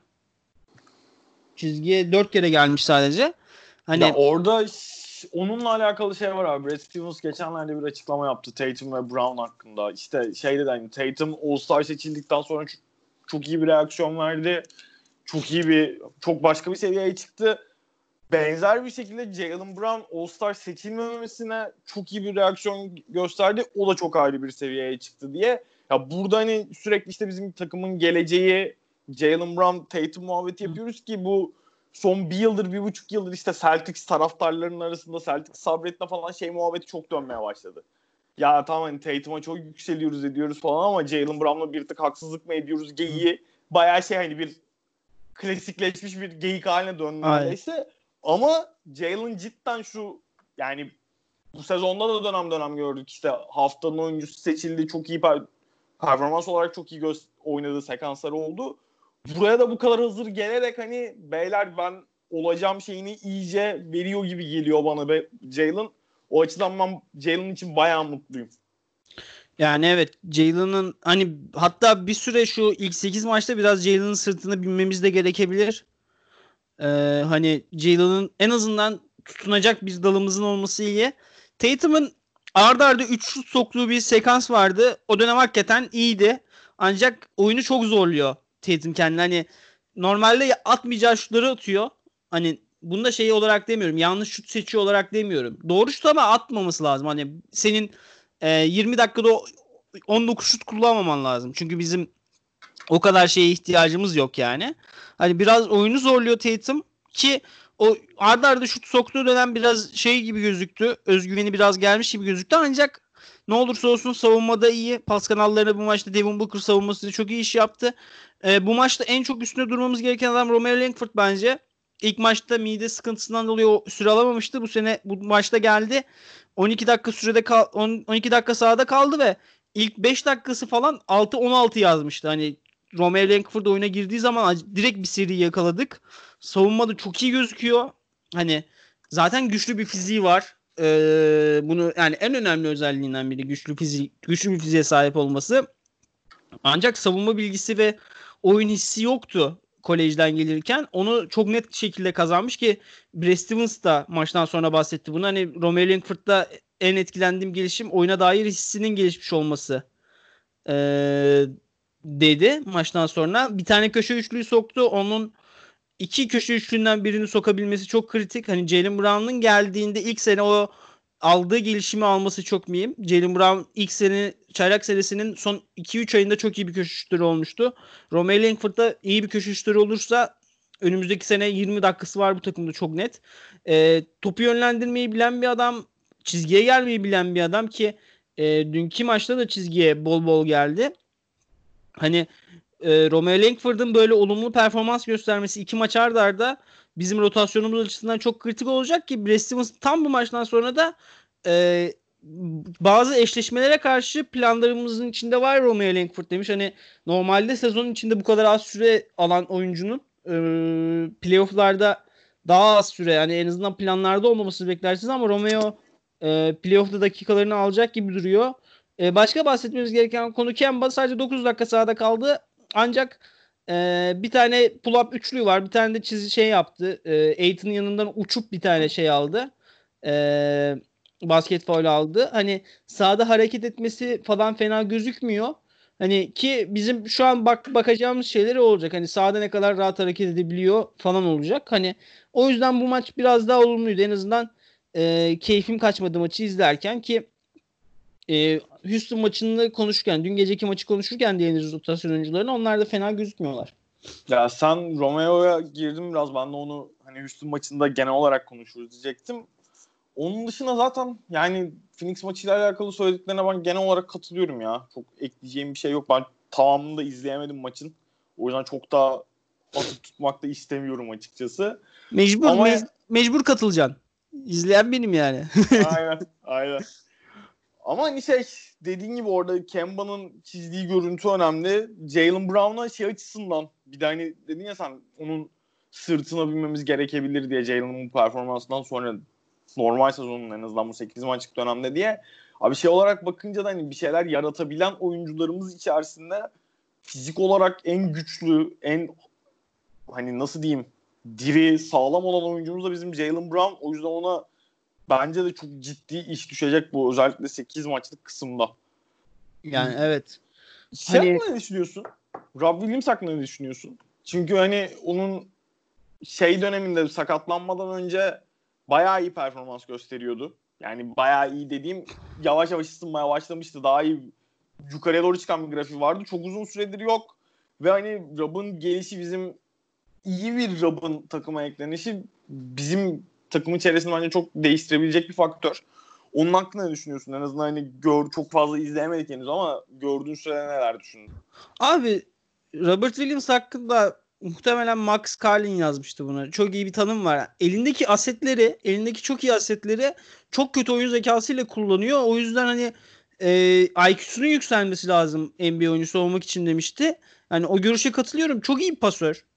Çizgiye dört kere gelmiş sadece. Hani ya orada ş- onunla alakalı şey var abi. Brad Stevens geçenlerde bir açıklama yaptı Tatum ve Brown hakkında. İşte şeyde de hani Tatum All-Star seçildikten sonra çok, çok iyi bir reaksiyon verdi. Çok iyi bir, çok başka bir seviyeye çıktı. Benzer bir şekilde Jaylen Brown All-Star seçilmemesine çok iyi bir reaksiyon gösterdi. O da çok ayrı bir seviyeye çıktı diye. Ya burada hani sürekli işte bizim takımın geleceği Jaylen Brown, Tatum muhabbeti yapıyoruz ki bu son bir yıldır, bir buçuk yıldır işte Celtics taraftarlarının arasında Celtics sabretme falan şey muhabbeti çok dönmeye başladı. Ya tamam hani Tatum'a çok yükseliyoruz ediyoruz falan ama Jaylen Brown'la bir tık haksızlık mı ediyoruz geyiği bayağı şey hani bir klasikleşmiş bir geyik haline döndü neredeyse. Ama Jalen cidden şu yani bu sezonda da dönem dönem gördük işte haftanın oyuncusu seçildi. Çok iyi per- performans olarak çok iyi gö- oynadığı sekansları oldu. Buraya da bu kadar hazır gelerek hani beyler ben olacağım şeyini iyice veriyor gibi geliyor bana be Jalen. O açıdan ben Jalen için bayağı mutluyum. yani evet Jalen'ın hani hatta bir süre şu ilk sekiz maçta biraz Jalen'ın sırtını binmemiz de gerekebilir. Ee, hani Jalen'ın en azından tutunacak bir dalımızın olması iyi. Tatum'un arda arda üç şut soktuğu bir sekans vardı. O dönem hakikaten iyiydi. Ancak oyunu çok zorluyor Tatum kendini. Hani normalde atmayacağı şutları atıyor. Hani bunu da şey olarak demiyorum. Yanlış şut seçiyor olarak demiyorum. Doğru şut ama atmaması lazım. Hani senin e, yirmi dakikada on dokuz şut kullanmaman lazım. Çünkü bizim o kadar şeye ihtiyacımız yok yani. Hani biraz oyunu zorluyor Tatum ki o arda arda şut soktuğu dönem biraz şey gibi gözüktü. Özgüveni biraz gelmiş gibi gözüktü ancak ne olursa olsun savunmada iyi. Pas kanallarına bu maçta Devin Booker savunmasında çok iyi iş yaptı. Ee, bu maçta en çok üstüne durmamız gereken adam Romeo Langford bence. İlk maçta mide sıkıntısından dolayı o süre alamamıştı. Bu sene bu maçta geldi. on iki dakika sürede kal on iki dakika sahada kaldı ve ilk beş dakikası falan altı on altı yazmıştı. Hani Romeo Langford oyuna girdiği zaman direkt bir seri yakaladık. Savunmada çok iyi gözüküyor. Hani zaten güçlü bir fiziği var. Ee, bunu yani en önemli özelliğinden biri güçlü fizik, güçlü bir fiziğe sahip olması. Ancak savunma bilgisi ve oyun hissi yoktu kolejden gelirken. Onu çok net şekilde kazanmış ki Brad Stevens da maçtan sonra bahsetti bunu. Hani Romeo Langford'da en etkilendiğim gelişim oyuna dair hissinin gelişmiş olması ee, dedi maçtan sonra. Bir tane köşe üçlüyü soktu. Onun iki köşe üçlüğünden birini sokabilmesi çok kritik. Hani Jaylen Brown'un geldiğinde ilk sene o aldığı gelişimi alması çok mühim. Jaylen Brown ilk sene çaylak serisinin son iki üç ayında çok iyi bir köşe şutörü olmuştu. Romeo Langford'da iyi bir köşe şutörü olursa önümüzdeki sene yirmi dakikası var bu takımda çok net. E, topu yönlendirmeyi bilen bir adam, çizgiye gelmeyi bilen bir adam ki e, dünkü maçta da çizgiye bol bol geldi. Hani e, Romeo Langford'un böyle olumlu performans göstermesi iki maç arda arda bizim rotasyonumuz açısından çok kritik olacak ki Brad Stevens tam bu maçtan sonra da e, bazı eşleşmelere karşı planlarımızın içinde var Romeo Langford demiş. Hani normalde sezonun içinde bu kadar az süre alan oyuncunun e, playoff'larda daha az süre yani en azından planlarda olmamasını beklersiniz ama Romeo e, playoff'ta dakikalarını alacak gibi duruyor. E, başka bahsetmemiz gereken konu Kemba sadece dokuz dakika sahada kaldı. Ancak e, bir tane pull-up üçlü var. Bir tane de çizi şey yaptı. E, Aiton'un yanından uçup bir tane şey aldı. E, basket faul aldı. Hani sahada hareket etmesi falan fena gözükmüyor. Hani ki bizim şu an bak bakacağımız şeyleri olacak. Hani sahada ne kadar rahat hareket edebiliyor falan olacak. Hani o yüzden bu maç biraz daha olumluydu. En azından e, keyfim kaçmadı maçı izlerken ki e, Houston maçını konuşurken, dün geceki maçı konuşurken diğer rotasyon oyuncularına onlar da fena gözükmüyorlar. Ya sen Romeo'ya girdin biraz. Ben de onu hani Houston maçında genel olarak konuşuruz diyecektim. Onun dışında zaten yani Phoenix maçıyla alakalı söylediklerine ben genel olarak katılıyorum ya. Çok ekleyeceğim bir şey yok. Ben tamamını da izleyemedim maçın. O yüzden çok daha atıp tutmak da istemiyorum açıkçası. Mecbur Ama me- mecbur katılacaksın. İzleyen benim yani. aynen aynen. Ama hani şey dediğin gibi orada Kemba'nın çizdiği görüntü önemli. Jaylen Brown'a şey açısından bir de hani dedin ya sen onun sırtına binmemiz gerekebilir diye Jaylen'ın performansından sonra normal sezonun en azından bu sekiz maçlık dönemde diye. Abi şey olarak bakınca da hani bir şeyler yaratabilen oyuncularımız içerisinde fizik olarak en güçlü, en hani nasıl diyeyim diri, sağlam olan oyuncumuz da bizim Jaylen Brown. O yüzden ona bence de çok ciddi iş düşecek bu özellikle sekiz maçlık kısımda. Yani evet. Şey Hani hakkında ne düşünüyorsun? Rob Williams hakkında ne düşünüyorsun? Çünkü hani onun şey döneminde sakatlanmadan önce bayağı iyi performans gösteriyordu. Yani bayağı iyi dediğim yavaş yavaş ısınmaya başlamıştı. Daha iyi yukarıya doğru çıkan bir grafiği vardı. Çok uzun süredir yok. Ve hani Rob'un gelişi bizim iyi bir Rob'un takıma eklenişi bizim takımın çevresini bence çok değiştirebilecek bir faktör. Onun hakkında ne düşünüyorsun? En azından hani gör, çok fazla izleyemedik henüz ama gördüğün sürede neler düşündün? abi Robert Williams hakkında muhtemelen Max Carlin yazmıştı bunu. Çok iyi bir tanım var. Elindeki asetleri, elindeki çok iyi asetleri çok kötü oyun zekasıyla kullanıyor. O yüzden hani e, I Q'sunun yükselmesi lazım N B A oyuncusu olmak için demişti. Yani o görüşe katılıyorum. Çok iyi bir pasör.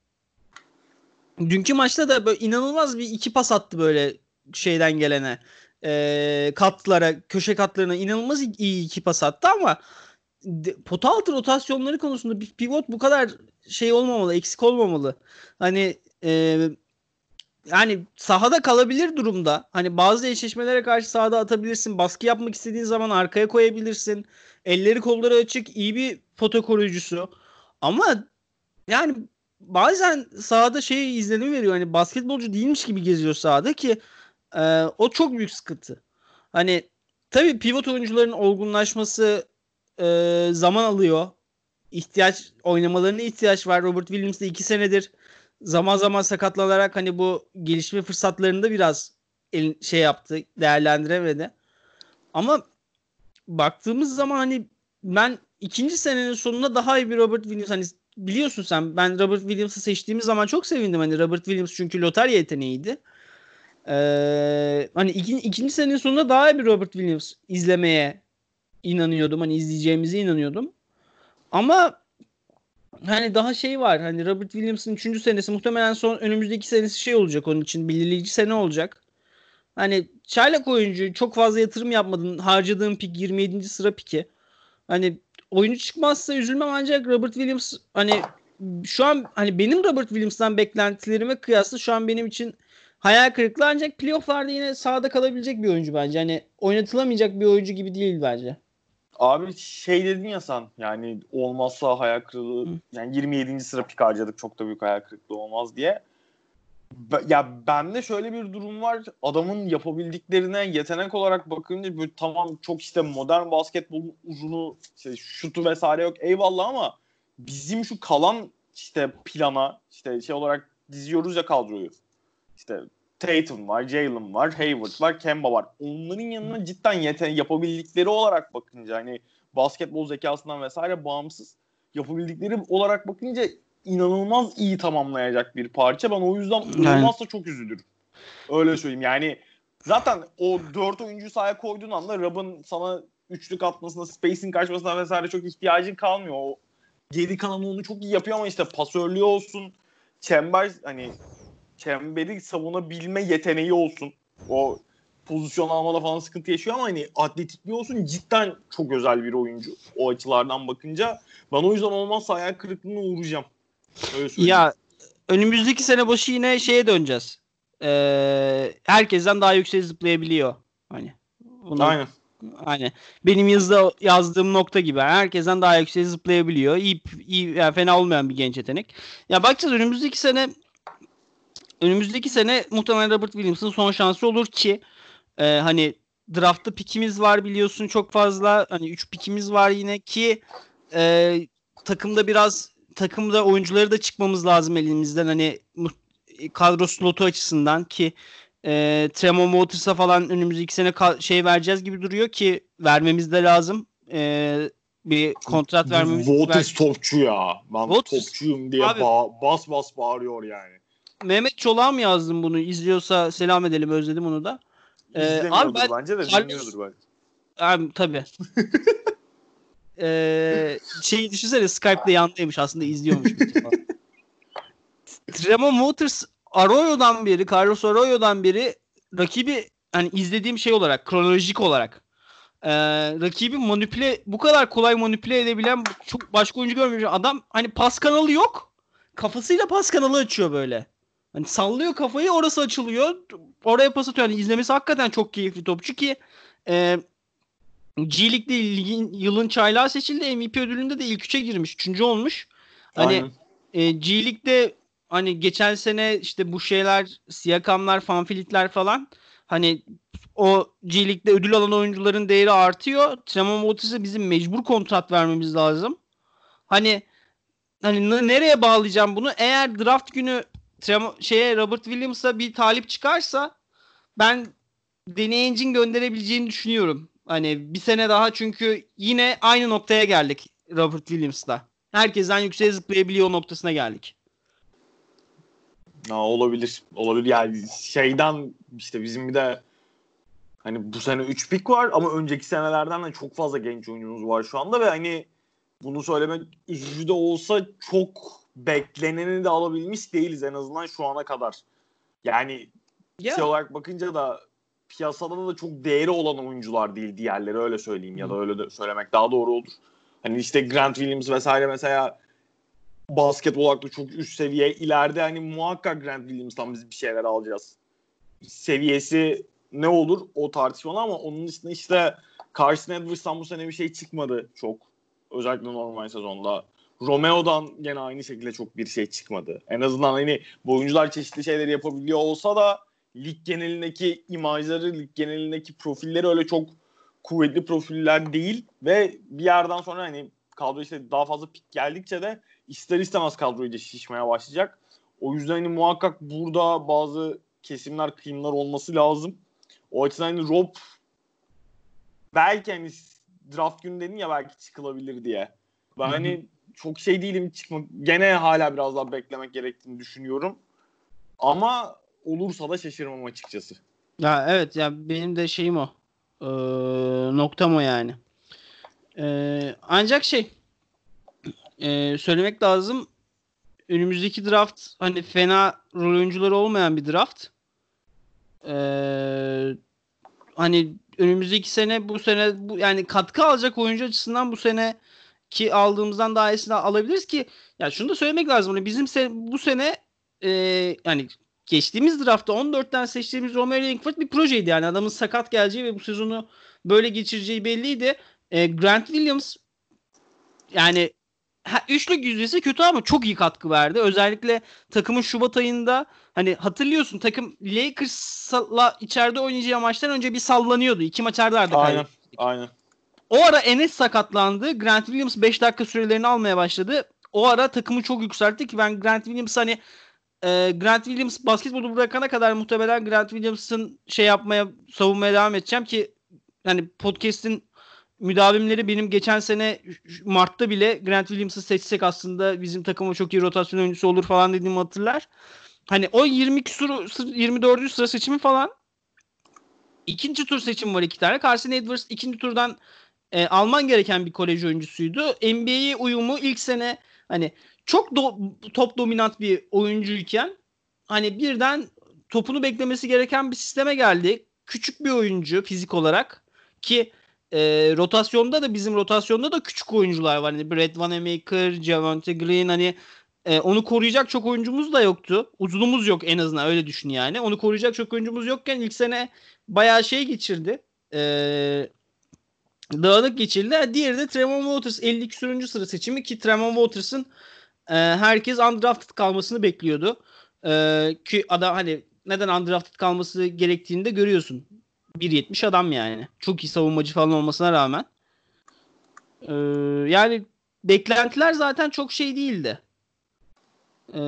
Dünkü maçta da böyle inanılmaz bir iki pas attı böyle şeyden gelene. E, katlara, köşe katlarına inanılmaz iyi iki pas attı ama de, pota altı rotasyonları konusunda bir pivot bu kadar şey olmamalı, eksik olmamalı. Hani e, yani sahada kalabilir durumda. Hani bazı eşleşmelere karşı sahada atabilirsin. Baskı yapmak istediğin zaman arkaya koyabilirsin. Elleri kolları açık, iyi bir pota koruyucusu. Ama yani bazen sahada şey izlenimi veriyor. Hani basketbolcu değilmiş gibi geziyor sahada ki e, o çok büyük sıkıntı. Hani tabii pivot oyuncuların olgunlaşması e, zaman alıyor. İhtiyaç oynamalarına ihtiyaç var. Robert Williams de iki senedir zaman zaman sakatlanarak hani bu gelişme fırsatlarını da biraz el, şey yaptı, değerlendiremedi. Ama baktığımız zaman hani ben ikinci senenin sonunda daha iyi bir Robert Williams hani biliyorsun sen ben Robert Williams'ı seçtiğimiz zaman çok sevindim. Hani Robert Williams çünkü lotarya yeteneğiydi. Ee, hani ikinci, ikinci senenin sonunda daha iyi bir Robert Williams izlemeye inanıyordum. Hani izleyeceğimize inanıyordum. Ama hani daha şey var. Hani Robert Williams'ın üçüncü senesi muhtemelen son önümüzdeki senesi şey olacak onun için belirleyici sene olacak. Hani çaylak oyuncu çok fazla yatırım yapmadın. Harcadığın pik yirmi yedinci sıra piki. Hani oyuncu çıkmazsa üzülmem ancak Robert Williams hani şu an hani benim Robert Williams'tan beklentilerime kıyasla şu an benim için hayal kırıklığı ancak playoff'larda yine sahada kalabilecek bir oyuncu bence. Hani oynatılamayacak bir oyuncu gibi değil bence. Abi şey dedin ya sen yani olmazsa hayal kırıklığı Hı. yani yirmi yedinci sıra pik harcadık çok da büyük hayal kırıklığı olmaz diye. Be- ya bende şöyle bir durum var. Adamın yapabildiklerine yetenek olarak bakınca böyle tamam çok işte modern basketbolun uzunu işte şutu vesaire yok eyvallah ama bizim şu kalan işte plana işte şey olarak diziyoruz ya kadroyu. İşte Tatum var, Jalen var, Hayward var, Kemba var. Onların yanına cidden yeten yapabildikleri olarak bakınca hani basketbol zekasından vesaire bağımsız yapabildikleri olarak bakınca inanılmaz iyi tamamlayacak bir parça. Ben o yüzden Yani olmazsa çok üzülürüm. Öyle söyleyeyim. Yani zaten o dört oyuncuyu sahaya koyduğun anda Rob'ın sana üçlük atmasına, spacing kaçmasına vesaire çok ihtiyacın kalmıyor. O geri kalanı onu çok iyi yapıyor ama işte pasörlüğü olsun, çember hani çemberi savunabilme yeteneği olsun. O pozisyon almada falan sıkıntı yaşıyor ama hani atletikliği olsun cidden çok özel bir oyuncu. O açılardan bakınca. Ben o yüzden olmazsa hayal kırıklığına uğrayacağım. Öyle söyleyeyim. ya önümüzdeki sene başı yine şeye döneceğiz. Ee, herkesten daha yüksek zıplayabiliyor. Hani bunu Aynen. hani benim yazıda yazdığım nokta gibi herkesten daha yüksek zıplayabiliyor. İyi, iyi yani fena olmayan bir genç yetenek. Ya bakacağız önümüzdeki sene önümüzdeki sene muhtemelen Robert Williams'ın son şansı olur ki e, hani draftta pikimiz var biliyorsun çok fazla. Hani üç pikimiz var yine ki e, takımda biraz takımda oyuncuları da çıkmamız lazım elimizden. Hani kadro slotu açısından ki e, Tremont Waters'a falan önümüzdeki sene ka- şey vereceğiz gibi duruyor ki vermemiz de lazım. E, bir kontrat vermemiz ver- Waters topçu ya. Ben Waters topçuyum diye abi ba- bas bas bağırıyor yani. Mehmet Çolak'a mı yazdım bunu? İzliyorsa selam edelim özledim onu da. E, abi İzlemiyordur ben bence de Carlos dinliyordur belki. Abi, tabii. ee, şeyi düşünsene, Skype'da yandaymış aslında, izliyormuş bizi falan. Tremont Waters Arroyo'dan beri, Carlos Arroyo'dan beri rakibi hani izlediğim şey olarak, kronolojik olarak e, rakibi manipüle, bu kadar kolay manipüle edebilen çok başka oyuncu görmemişim. Adam hani pas kanalı yok. Kafasıyla pas kanalı açıyor böyle. Hani sallıyor kafayı, orası açılıyor. Oraya pas atıyor. Yani izlemesi hakikaten çok keyifli topçu ki e, G League'de ligin, yılın çaylağı seçildi. M V P ödülünde de ilk üçe girmiş. Üçüncü olmuş. Hani e, G League'de hani geçen sene işte bu şeyler, Siakam'lar, Fanfilitler falan, hani o G League'de ödül alan oyuncuların değeri artıyor. Tremont Waters'a bizim mecbur kontrat vermemiz lazım. Hani hani n- nereye bağlayacağım bunu? Eğer draft günü Tremont, şeye Robert Williams'a bir talip çıkarsa ben Danny Ainge'in gönderebileceğini düşünüyorum. Hani bir sene daha, çünkü yine aynı noktaya geldik Robert Williams'la. Herkesten yükseğe zıplayabiliyor noktasına geldik. Ha, olabilir. Olabilir. Yani şeyden işte bizim bir de hani bu sene üç pik var ama önceki senelerden de çok fazla genç oyuncumuz var şu anda ve hani bunu söylemek üzücü de olsa çok bekleneni de alabilmiş değiliz en azından şu ana kadar. Yani Ya. şey olarak bakınca da piyasada da çok değeri olan oyuncular değil diğerleri, öyle söyleyeyim, ya da öyle de söylemek daha doğru olur. Hani işte Grant Williams vesaire mesela basketbol olarak da çok üst seviye, ileride hani muhakkak Grant Williams'tan biz bir şeyler alacağız. Seviyesi ne olur o tartışmalı ama onun dışında işte Carson Edwards'tan bu sene bir şey çıkmadı çok. Özellikle normal sezonda. Romeo'dan gene aynı şekilde çok bir şey çıkmadı. En azından hani bu oyuncular çeşitli şeyleri yapabiliyor olsa da lig genelindeki imajları, lig genelindeki profilleri öyle çok kuvvetli profiller değil ve bir yerden sonra hani kadro işte daha fazla pik geldikçe de ister istemez kadroyu da şişmeye başlayacak. O yüzden hani muhakkak burada bazı kesimler, kıyımlar olması lazım. O açıdan hani Rob belki hani draft günü dedin ya, belki çıkılabilir diye. Ben Hı hı. hani çok şey değilim çıkmak. Gene hala biraz daha beklemek gerektiğini düşünüyorum. Ama olursa da şaşırmam açıkçası. Ya evet, ya benim de şeyim o. Ee, noktam o yani. Ee, ancak şey e, söylemek lazım. Önümüzdeki draft hani fena rol oyuncuları olmayan bir draft. Ee, hani önümüzdeki sene, bu sene bu yani katkı alacak oyuncu açısından bu sene ki aldığımızdan daha iyisini alabiliriz ki, ya şunu da söylemek lazım. Hani bizim se- bu sene e, yani geçtiğimiz draftta on dörtten seçtiğimiz Romeo Langford bir projeydi, yani adamın sakat geleceği ve bu sezonu böyle geçireceği belliydi. E, Grant Williams yani ha, üçlük yüzdesi kötü ama çok iyi katkı verdi. Özellikle takımın Şubat ayında, hani hatırlıyorsun, takım Lakers'la içeride oynayacağı maçtan önce bir sallanıyordu. İki maç arda arda Aynen, kaybettik. aynen. O ara Enes sakatlandı. Grant Williams beş dakika sürelerini almaya başladı. O ara takımı çok yükseltti ki ben Grant Williams hani e, Grant Williams basketbolu bırakana kadar muhtemelen Grant Williams'ın şey yapmaya, savunmaya devam edeceğim ki hani podcast'in müdavimleri benim geçen sene Mart'ta bile Grant Williams'ı seçsek aslında bizim takıma çok iyi rotasyon oyuncusu olur falan dediğimi hatırlar. Hani o yirmi küsur, yirmi dördüncü sıra seçimi falan. İkinci tur seçim var iki tane. Carson Edwards ikinci turdan e, alman gereken bir kolej oyuncusuydu. N B A'ye uyumu ilk sene hani çok do- top dominant bir oyuncuyken hani birden topunu beklemesi gereken bir sisteme geldi. Küçük bir oyuncu fizik olarak ki e, rotasyonda da bizim rotasyonda da küçük oyuncular var. Hani Brad Wanamaker, Javonte Green, hani e, onu koruyacak çok oyuncumuz da yoktu. Uzunumuz yok en azından, öyle düşün yani. Onu koruyacak çok oyuncumuz yokken ilk sene bayağı şey geçirdi. Eee dağınık geçirdi. Diğeri de Tremont Waters elli küsuruncu sıra seçimi ki Tremont Waters'ın e, herkes undrafted kalmasını bekliyordu. E, ki adam hani neden undrafted kalması gerektiğini de görüyorsun. bir yetmiş adam yani. Çok iyi savunmacı falan olmasına rağmen. E, yani beklentiler zaten çok şey değildi. E,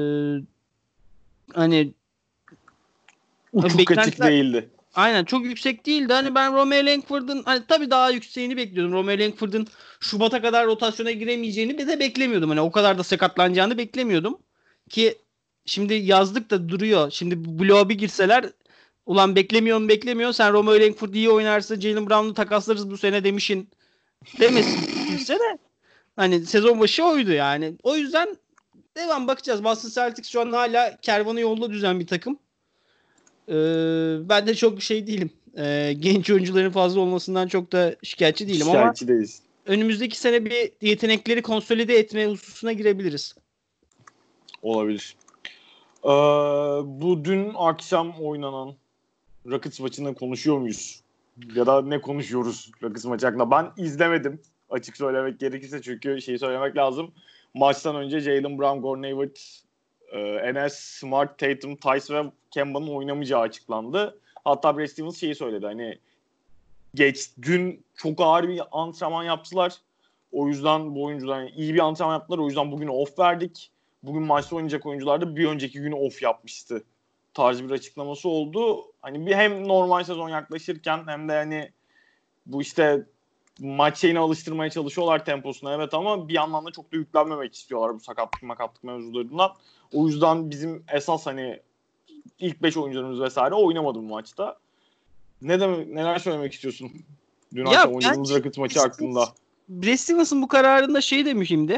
hani Uçuk kaçık beklentiler değildi. aynen çok yüksek değildi. Hani ben Romeo Langford'un hani tabii daha yükseğini bekliyordum. Romeo Langford'un Şubat'a kadar rotasyona giremeyeceğini bir de beklemiyordum. Hani o kadar da sakatlanacağını beklemiyordum. Ki şimdi yazdık da duruyor. Şimdi bu bloğa bir girseler Ulan beklemiyorsun beklemiyorsun. Sen Romeo Langford iyi oynarsa Jaylen Brown'u takaslarız bu sene demişin. Demesin kimse de. Hani sezon başı oydu yani. O yüzden devam bakacağız. Boston Celtics şu an hala kervanı yolda düzen bir takım. Ee, ben de çok şey değilim. Ee, genç oyuncuların fazla olmasından çok da şikayetçi değilim Şikayetçi ama değiliz. önümüzdeki sene bir yetenekleri konsolide etme hususuna girebiliriz. Olabilir. Ee, bu dün akşam oynanan Rockets maçında konuşuyor muyuz? Ya da ne konuşuyoruz Rockets maçı hakkında? Ben izlemedim. Açık söylemek gerekirse çünkü şeyi söylemek lazım. Maçtan önce Jaylen Brown, Gordon Hayward, e, Enes, Smart, Tatum, Tice ve Kemba'nın oynamayacağı açıklandı. Hatta Brad Stevens şeyi söyledi. Hani geç dün çok ağır bir antrenman yaptılar. O yüzden bu oyuncular yani iyi bir antrenman yaptılar. O yüzden bugün off verdik. Bugün maçta oynayacak oyuncular da bir önceki günü off yapmıştı tarzı bir açıklaması oldu. Hani bir hem normal sezon yaklaşırken hem de hani bu işte maç şeyine alıştırmaya çalışıyorlar temposuna evet ama bir yandan da çok da yüklenmemek istiyorlar bu sakatlık makatlık mevzularından. O yüzden bizim esas hani ilk beş oyuncularımız vesaire oynamadı bu maçta. Ne demek, neler söylemek istiyorsun? Dün Ya akşam oynadığımız Rockets maçı hakkında. Brad Stevens'ın bu kararında şey demişimdi.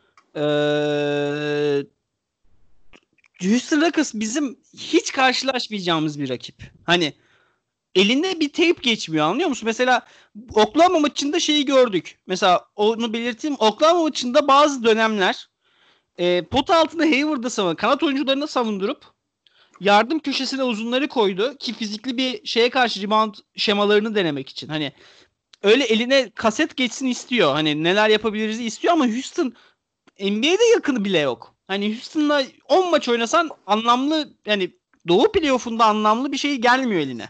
Ee, Houston Rockets bizim hiç karşılaşmayacağımız bir rakip. Hani elinde bir tape geçmiyor anlıyor musun? Mesela Oklahoma maçında şeyi gördük. Mesela onu belirteyim. Oklahoma maçında bazı dönemler e, pot altında Hayward'ı savun, kanat oyuncularını savundurup yardım köşesine uzunları koydu ki fizikli bir şeye karşı rebound şemalarını denemek için. Hani öyle eline kaset geçsin istiyor. Hani neler yapabiliriz istiyor ama Houston N B A'de yakını bile yok. Hani Houston'la on maç oynasan anlamlı yani Doğu playoff'unda anlamlı bir şey gelmiyor eline.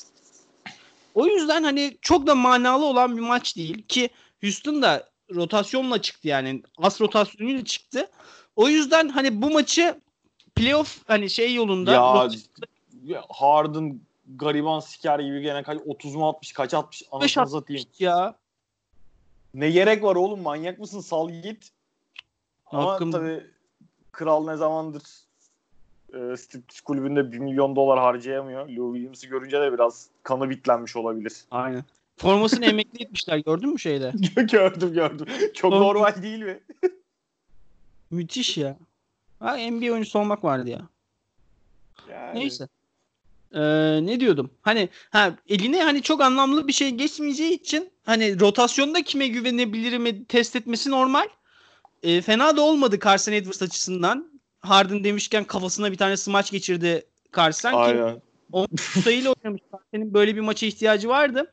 O yüzden hani çok da manalı olan bir maç değil ki Houston da rotasyonla çıktı yani az rotasyonuyla çıktı. O yüzden hani bu maçı playoff hani şey yolunda Ya, ya Harden gariban siker gibi gene kaç otuz mu atmış kaç atmış anasını satayım. Ya. Ne gerek var oğlum manyak mısın sal git. Ama Hakkım. tabii kral ne zamandır e, Steve kulübünde bir milyon dolar harcayamıyor. Lou Williams'ı görünce de biraz kanı bitlenmiş olabilir. Aynen. Formasını emekli etmişler gördün mü şeyde? gördüm görddim. Çok Form- normal değil mi? Müthiş ya. Ha, N B A oyuncusu olmak vardı ya. Yani. Neyse. Ee, ne diyordum? Hani ha eline hani çok anlamlı bir şey geçmeyeceği için hani rotasyonda kime güvenebilirimi test etmesi normal. Ee, fena da olmadı Carson Edwards açısından. Harden demişken kafasına bir tane smaç geçirdi Carson ki Aynen. on sayıyla oynamış. Senin böyle bir maça ihtiyacı vardı.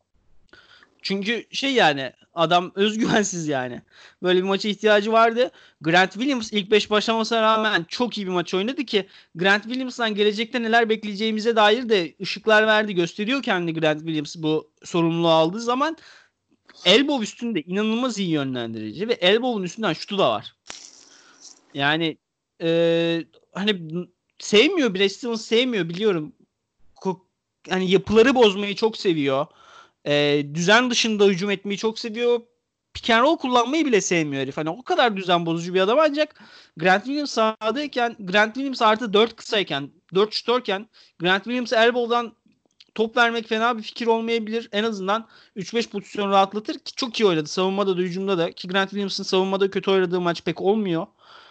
Çünkü şey yani adam özgüvensiz yani. Böyle bir maça ihtiyacı vardı. Grant Williams ilk beş başlamasına rağmen çok iyi bir maç oynadı ki Grant Williams'tan gelecekte neler bekleyeceğimize dair de ışıklar verdi. Gösteriyor kendini Grant Williams bu sorumluluğu aldığı zaman. Elbow üstünde inanılmaz iyi yönlendirici ve Elbow'un üstünden şutu da var. Yani e, hani sevmiyor Brad Stevens sevmiyor biliyorum. Hani yapıları bozmayı çok seviyor. E, düzen dışında hücum etmeyi çok seviyor. Pick and roll kullanmayı bile sevmiyor herif. Hani o kadar düzen bozucu bir adam ancak Grant Williams sahadayken Grant Williams artı dört kısayken dört şutörken Grant Williams elbow'dan top vermek fena bir fikir olmayabilir. En azından üç beş pozisyon rahatlatır ki çok iyi oynadı. Savunmada da hücumda da ki Grant Williams'ın savunmada kötü oynadığı maç pek olmuyor.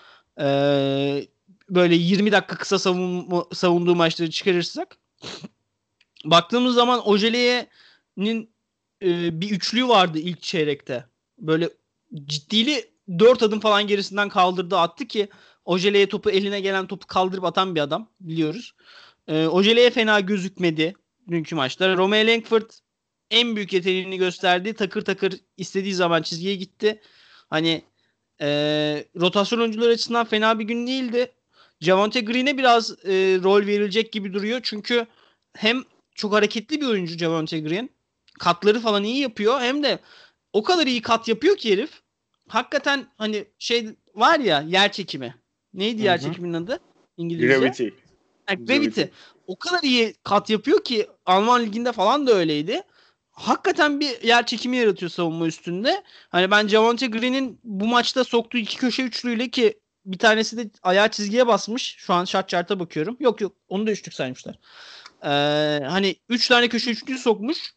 Ee, böyle yirmi dakika kısa savunma, savunduğu maçları çıkarırsak baktığımız zaman Ojele'nin e, bir üçlüğü vardı ilk çeyrekte. Böyle ciddili dört adım falan gerisinden kaldırdı attı ki Ojele'ye topu eline gelen topu kaldırıp atan bir adam biliyoruz. E, Ojele'ye fena gözükmedi dünkü maçta. Romeo Langford en büyük yeteneğini gösterdi. Takır takır istediği zaman çizgiye gitti. Hani e, rotasyon oyuncuları açısından fena bir gün değildi. Javonte Green'e biraz e, rol verilecek gibi duruyor. Çünkü hem çok hareketli bir oyuncu Javonte Green. Katları falan iyi yapıyor. Hem de o kadar iyi kat yapıyor ki herif. Hakikaten hani şey var ya yer çekimi. Neydi yer çekiminin adı? İngilizce. Gravity. Ha, Gravity. O kadar iyi kat yapıyor ki Alman liginde falan da öyleydi. Hakikaten bir yer çekimi yaratıyor savunma üstünde. Hani ben Javonte Green'in bu maçta soktuğu iki köşe üçlüyle ki bir tanesi de ayağı çizgiye basmış. Şu an shot chart'a bakıyorum. Yok yok onu da üçlük saymışlar. Ee, hani üç tane köşe üçlü sokmuş.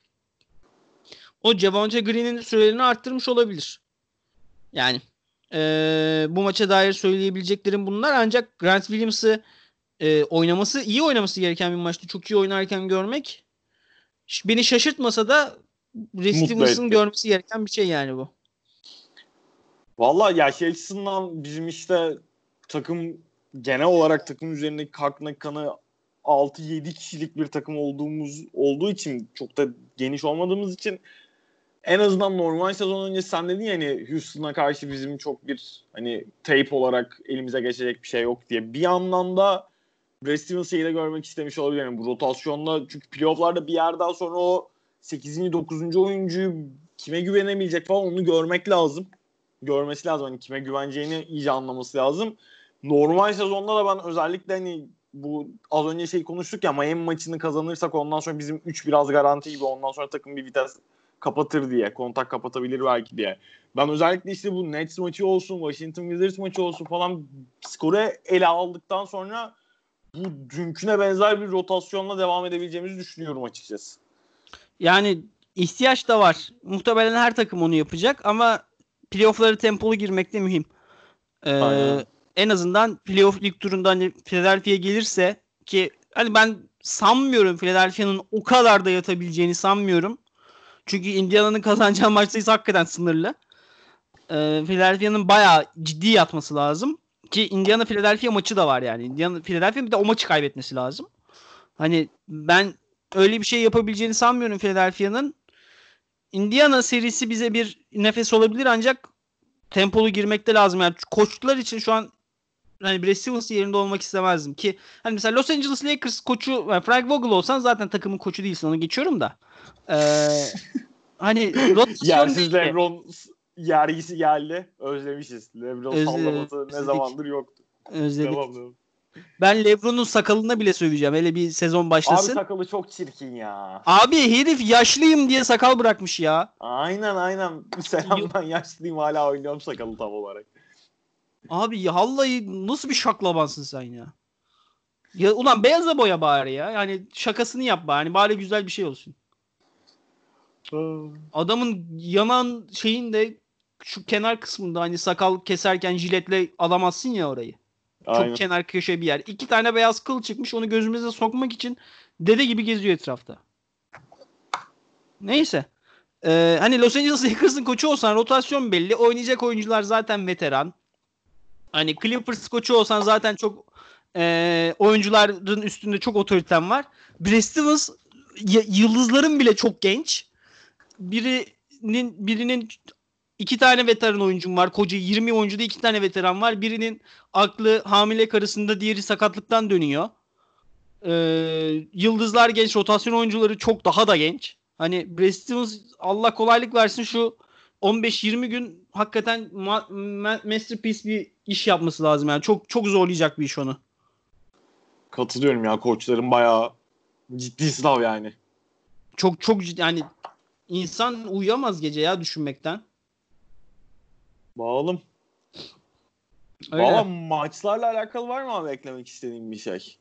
O Javonte Green'in sürelerini arttırmış olabilir. Yani ee, bu maça dair söyleyebileceklerim bunlar. Ancak Grant Williams'ı e, oynaması, iyi oynaması gereken bir maçtı. Çok iyi oynarken görmek beni şaşırtmasa da Brad Mutlu Stevens'ın etti. görmesi gereken bir şey yani bu. Vallahi ya şey açısından bizim işte takım genel olarak takım üzerindeki kalkma kanı altı yedi kişilik bir takım olduğumuz olduğu için çok da geniş olmadığımız için en azından normal sezon önce sen dedin ya hani Houston'a karşı bizim çok bir hani tape olarak elimize geçecek bir şey yok diye. Bir yandan da Brad Stevens'ı da görmek istemiş olabilirim. Bu rotasyonda çünkü playoff'larda bir yerden sonra o sekizinci dokuzuncu oyuncuyu kime güvenemeyecek falan onu görmek lazım. Görmesi lazım. Hani kime güveneceğini iyice anlaması lazım. Normal sezonda da ben özellikle hani bu az önce şey konuştuk ya Miami maçını kazanırsak ondan sonra bizim üç biraz garanti gibi ondan sonra takım bir vites kapatır diye. Kontak kapatabilir belki diye. Ben özellikle işte bu Nets maçı olsun, Washington Wizards maçı olsun falan skoru ele aldıktan sonra bu dünküne benzer bir rotasyonla devam edebileceğimizi düşünüyorum açıkçası. Yani ihtiyaç da var. Muhtemelen her takım onu yapacak ama playoff'ları tempolu girmek de mühim. Ee, en azından playoff lig turunda hani Philadelphia gelirse ki hani ben sanmıyorum Philadelphia'nın o kadar da yatabileceğini sanmıyorum. Çünkü Indiana'nın kazanacağı maç sayısı hakikaten sınırlı. Ee, Philadelphia'nın bayağı ciddi yatması lazım. Ki Indiana Philadelphia maçı da var yani. Indiana Philadelphia bir de o maçı kaybetmesi lazım. Hani ben öyle bir şey yapabileceğini sanmıyorum Philadelphia'nın. Indiana serisi bize bir nefes olabilir ancak tempolu girmekte lazım. Yani koçlar için şu an hani Brad Stevens yerinde olmak istemezdim ki hani mesela Los Angeles Lakers koçu yani Frank Vogel olsan zaten takımın koçu değilsin onu geçiyorum da. Ee, hani rotasyon Yersiz değil de. LeBron yergisi geldi. Özlemişiz. LeBron Öz, sallaması ne özledik. zamandır yoktu. Özledik. Devam devam. Ben LeBron'un sakalına bile söveceğim. Hele bir sezon başlasın. Abi sakalı çok çirkin ya. Abi herif yaşlıyım diye sakal bırakmış ya. Aynen aynen. Selam ben yaşlıyım hala oynuyorum sakalı tam olarak. Abi ya vallahi nasıl bir şaklabansın sen ya. Ya ulan beyaza boya bari ya. Yani şakasını yap bari. Yani bari güzel bir şey olsun. Adamın yanan şeyin de şu kenar kısmında hani sakal keserken jiletle alamazsın ya orayı. Aynen. Çok kenar köşe bir yer. İki tane beyaz kıl çıkmış onu gözümüze sokmak için dede gibi geziyor etrafta. Neyse. Ee, hani Los Angeles Lakers'ın koçu olsan rotasyon belli. Oynayacak oyuncular zaten veteran. Hani Clippers koçu olsan zaten çok e, oyuncuların üstünde çok otoriten var. Brad Stevens y- yıldızların bile çok genç. Birinin birinin iki tane veteran oyuncum var. Koca yirmi oyuncuda iki tane veteran var. Birinin aklı hamile karısında, diğeri sakatlıktan dönüyor. Ee, yıldızlar genç, rotasyon oyuncuları çok daha da genç. Hani Brad Stevens Allah kolaylık versin şu on beş yirmi gün hakikaten ma- ma- masterpiece bir iş yapması lazım yani. Çok çok zorlayacak bir iş onu. Katılıyorum ya koçların bayağı ciddi sınav yani. Çok çok ciddi yani insan uyuyamaz gece ya düşünmekten. Bağalım. Öyle. Valla maçlarla alakalı var mı abi eklemek istediğin bir şey?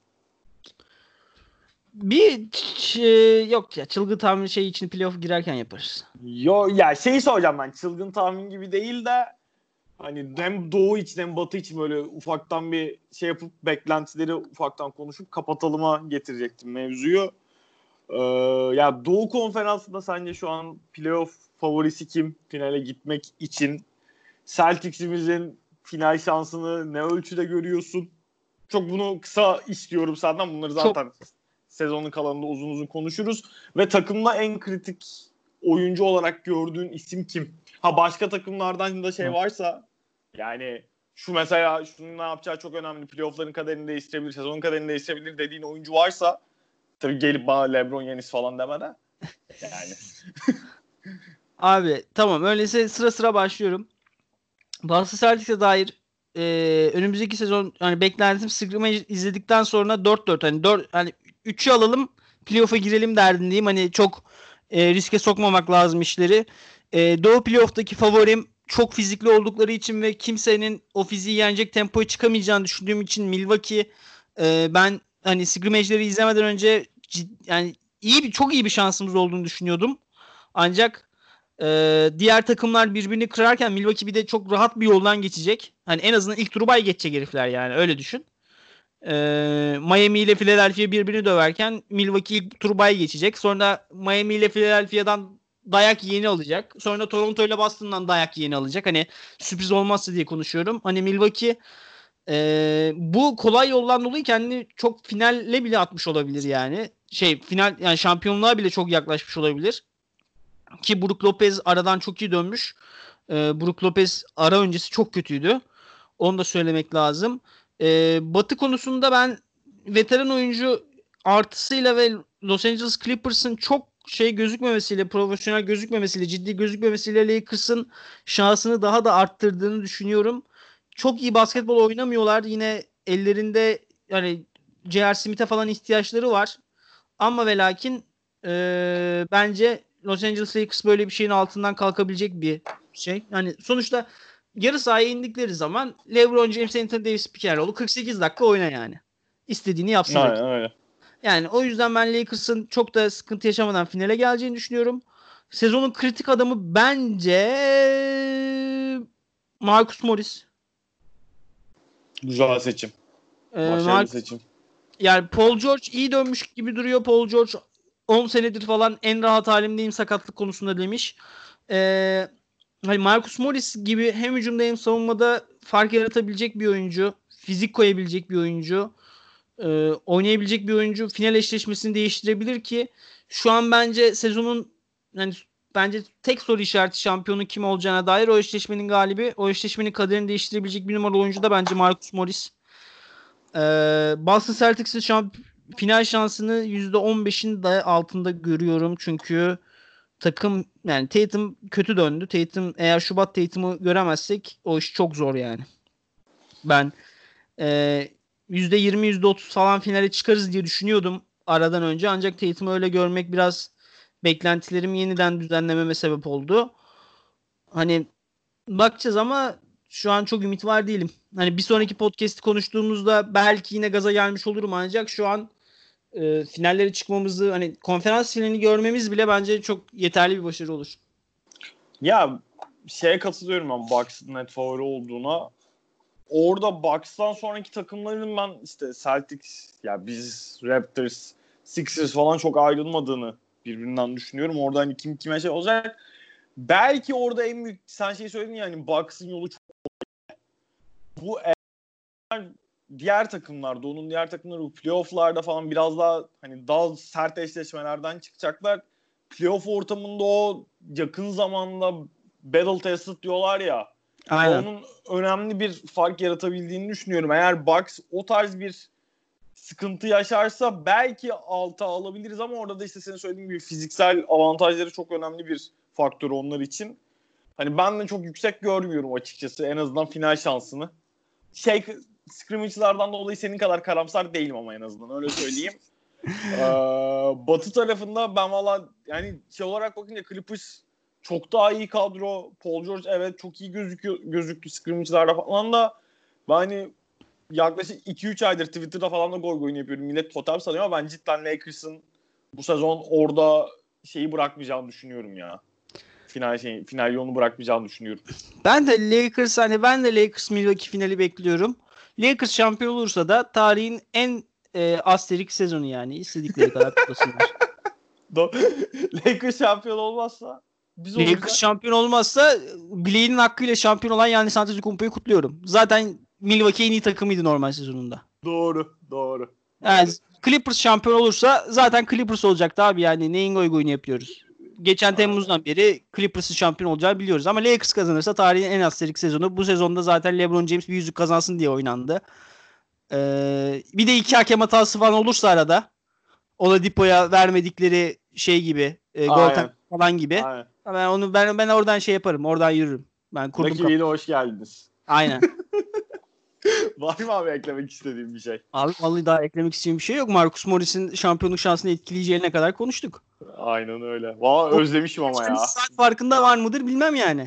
Bir ç- yok ya çılgın tahmin şey için playoff girerken yaparız. Yo ya şeyi soracağım ben çılgın tahmin gibi değil de hani hem doğu için hem batı için böyle ufaktan bir şey yapıp beklentileri ufaktan konuşup kapatalıma getirecektim mevzuyu. Ee, ya Doğu Konferansı'nda sence şu an playoff favorisi kim finale gitmek için? Celtics'imizin final şansını ne ölçüde görüyorsun? Çok bunu kısa istiyorum senden. Bunları zaten Çok... sezonun kalanında uzun uzun konuşuruz. Ve takımda en kritik oyuncu olarak gördüğün isim kim? Ha başka takımlardan da şey varsa yani şu mesela şunun ne yapacağı çok önemli. Playoff'ların kaderini değiştirebilir, sezonun kaderini değiştirebilir dediğin oyuncu varsa tabii gelip bana LeBron Yanis falan demeden yani. Abi tamam öyleyse sıra sıra başlıyorum. Boston Celtics'e dair e, önümüzdeki sezon hani beklentim scrimmage izledikten sonra dört dört hani dört hani üçü alalım playoff'a girelim derdindeyim. Hani çok e, riske sokmamak lazım işleri. E, Doğu playoff'taki favorim çok fizikli oldukları için ve kimsenin o fiziği yenecek tempoya çıkamayacağını düşündüğüm için Milwaukee e, ben hani scrimmage'leri izlemeden önce cid, yani iyi bir çok iyi bir şansımız olduğunu düşünüyordum. Ancak e, diğer takımlar birbirini kırarken Milwaukee bir de çok rahat bir yoldan geçecek. Hani en azından ilk turu bay geçecek herifler yani öyle düşün. E, Miami ile Philadelphia birbirini döverken Milwaukee ilk turu bay geçecek. Sonra Miami ile Philadelphia'dan dayak yeni alacak. Sonra Toronto ile Boston'dan dayak yeni alacak. Hani sürpriz olmazsa diye konuşuyorum. Hani Milwaukee e, bu kolay yoldan dolayı kendini çok finalle bile atmış olabilir yani. Şey final yani şampiyonluğa bile çok yaklaşmış olabilir. Ki Brook Lopez aradan çok iyi dönmüş. E, Brook Lopez ara öncesi çok kötüydü. Onu da söylemek lazım. E, Batı konusunda ben veteran oyuncu artısıyla ve Los Angeles Clippers'ın çok şey gözükmemesiyle, profesyonel gözükmemesiyle, ciddi gözükmemesiyle Lakers'ın şansını daha da arttırdığını düşünüyorum. Çok iyi basketbol oynamıyorlar. Yine ellerinde yani J R. Smith'e falan ihtiyaçları var. Ama ve lakin e, bence Los Angeles Lakers böyle bir şeyin altından kalkabilecek bir şey. Yani sonuçta yarı sahaya indikleri zaman LeBron James, Anthony Davis pick and roll'u kırk sekiz dakika oyna yani. İstediğini yapsın. Aynen öyle. Yani o yüzden ben Lakers'ın çok da sıkıntı yaşamadan finale geleceğini düşünüyorum. Sezonun kritik adamı bence Marcus Morris. Güzel seçim. Ee, Başarılı Mark, seçim. Yani Paul George iyi dönmüş gibi duruyor. Paul George on senedir falan en rahat halimdeyim sakatlık konusunda demiş. Ee, hani Marcus Morris gibi hem hücumda hem savunmada fark yaratabilecek bir oyuncu. Fizik koyabilecek bir oyuncu. E, oynayabilecek bir oyuncu final eşleşmesini değiştirebilir ki şu an bence sezonun yani bence tek soru işareti şampiyonun kim olacağına dair o eşleşmenin galibi. O eşleşmenin kaderini değiştirebilecek bir numaralı oyuncu da bence Marcus Morris. E, Boston Celtics'in şamp final şansını yüzde on beşin de altında görüyorum. Çünkü takım yani Tatum kötü döndü. Tatum eğer Şubat Tatum'u göremezsek o iş çok zor yani. Ben e, yüzde yirmi yüzde otuz falan finale çıkarız diye düşünüyordum aradan önce. Ancak Tatum'u öyle görmek biraz beklentilerimi yeniden düzenlememe sebep oldu. Hani bakacağız ama şu an çok ümit var değilim. Hani bir sonraki podcast'i konuştuğumuzda belki yine gaza gelmiş olurum ancak şu an e, finallere çıkmamızı hani konferans finalini görmemiz bile bence çok yeterli bir başarı olur. Ya şeye katılıyorum ben Bucks'ın net favori olduğuna. Orada Bucks'tan sonraki takımların ben işte Celtics, ya biz Raptors, Sixers falan çok ayrılmadığını birbirinden düşünüyorum. Orada hani kim kime şey olacak. Belki orada en büyük sen şey söyledin ya hani Bucks'ın yolu çok bu eğer diğer takımlarda onun diğer takımları bu playoff'larda falan biraz daha hani daha sert eşleşmelerden çıkacaklar. Playoff ortamında o yakın zamanda battle tested diyorlar ya. Aynen. Onun önemli bir fark yaratabildiğini düşünüyorum. Eğer Bucks o tarz bir sıkıntı yaşarsa belki alta alabiliriz ama orada da işte senin söylediğin gibi fiziksel avantajları çok önemli bir faktör onlar için. Hani ben de çok yüksek görmüyorum açıkçası en azından final şansını. Şey scrimmage'lardan dolayı senin kadar karamsar değilim ama en azından öyle söyleyeyim. ee, Batı tarafında ben valla yani şey olarak bakınca Clippers çok daha iyi kadro. Paul George evet çok iyi gözüküyor, gözüktü scrimmage'larda falan da ben hani yaklaşık iki üç aydır Twitter'da falan da gol oyun yapıyorum. Millet totem sanıyor ama ben cidden Lakers'ın bu sezon orada şeyi bırakmayacağını düşünüyorum ya. Final şey, final yolunu bırakmayacağını düşünüyorum. Ben de Lakers hani ben de Lakers Milwaukee finali bekliyorum. Lakers şampiyon olursa da tarihin en e, asterik sezonu yani istedikleri kadar kutlasınlar. Lakers şampiyon olmazsa biz Lakers olacak. şampiyon olmazsa bileğinin hakkıyla şampiyon olan Giannis Antetokounmpo'yu kutluyorum. Zaten Milwaukee en iyi takımıydı normal sezonunda. Doğru, doğru. Yani Clippers şampiyon olursa zaten Clippers olacaktı abi yani neyin goy goyunu yapıyoruz. Geçen Temmuz'dan beri Clippers'ın şampiyon olacağı biliyoruz ama Lakers kazanırsa tarihin en asterik sezonu. Bu sezonda zaten LeBron James bir yüzük kazansın diye oynandı. Ee, bir de iki hakem hatası falan olursa arada Oladipo'ya vermedikleri şey gibi e, gol tak falan gibi. Aynen. Ben onu ben ben oradan şey yaparım. Oradan yürürüm. Ben kurdum Lucky Wheel'e hoş geldiniz. Aynen. Var mı abi eklemek istediğim bir şey? Abi vallahi daha eklemek istediğim bir şey yok. Marcus Morris'in şampiyonluk şansını etkileyeceğine kadar konuştuk. Aynen öyle. Valla özlemişim ama ya. Saat farkında var mıdır bilmem yani.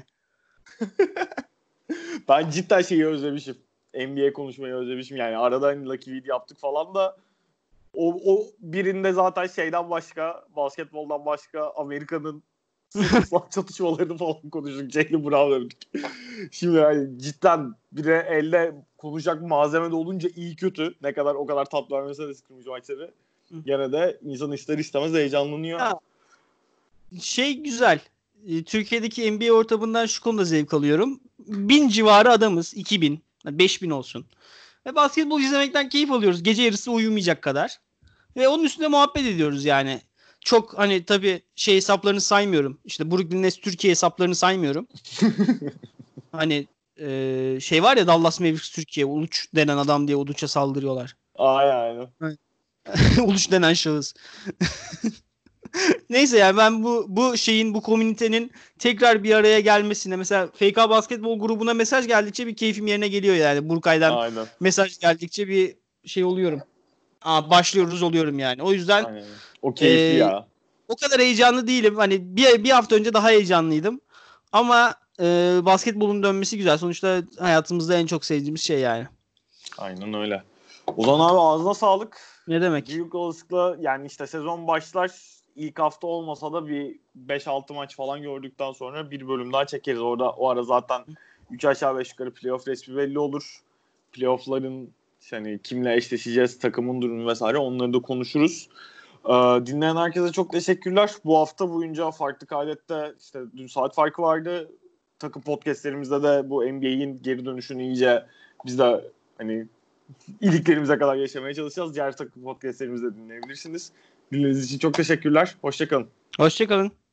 Ben cidden şeyi özlemişim. N B A konuşmayı özlemişim. Yani arada hani Lucky Wheel yaptık falan da O, o birinde zaten şeyden başka, basketboldan başka Amerika'nın sınıfsal çatışmalarını falan konuştuk. Jaylen Brown dedik. Şimdi yani cidden bir de elde konuşacak malzeme de olunca iyi kötü. Ne kadar o kadar tat vermese de scrimmage maçları. Gene de insan ister istemez heyecanlanıyor. Ya, şey güzel. E, Türkiye'deki N B A ortamından şu konuda zevk alıyorum. Bin civarı adamız. iki bin. beş bin olsun. Ve basketbol izlemekten keyif alıyoruz. Gece yarısı uyumayacak kadar. Ve onun üstünde muhabbet ediyoruz yani. Çok hani tabii şey hesaplarını saymıyorum. İşte Brooklyn Nets Türkiye hesaplarını saymıyorum. Hani e, şey var ya Dallas Mavericks Türkiye. Uluç denen adam diye Uluç'a saldırıyorlar. Aynen. Uluç denen şahıs. Neyse yani ben bu bu şeyin bu komünitenin tekrar bir araya gelmesine mesela F K Basketbol grubuna mesaj geldikçe bir keyfim yerine geliyor yani. Burkay'dan Aynen. mesaj geldikçe bir şey oluyorum. Aa, başlıyoruz oluyorum yani. O yüzden Aynen. O keyifli e, ya. o kadar heyecanlı değilim. Hani bir, bir hafta önce daha heyecanlıydım. Ama e, basketbolun dönmesi güzel. Sonuçta hayatımızda en çok sevdiğimiz şey yani. Aynen öyle. O zaman abi ağzına sağlık. Ne demek? Büyük olasılıkla yani işte sezon başlar, ilk hafta olmasa da bir beş altı maç falan gördükten sonra bir bölüm daha çekeriz. Orada o ara zaten üç aşağı beş yukarı playoff resmi belli olur. Playoff'ların hani kimle eşleşeceğiz, takımın durumu vesaire onları da konuşuruz. Ee, dinleyen herkese çok teşekkürler. Bu hafta boyunca farklı kaydette işte dün saat farkı vardı. Takım podcastlerimizde de bu N B A'in geri dönüşünü iyice biz de hani iliklerimize kadar yaşamaya çalışacağız. Diğer takım podcastlerimizde dinleyebilirsiniz. Dinlediğiniz için çok teşekkürler. Hoşçakalın. Hoşçakalın.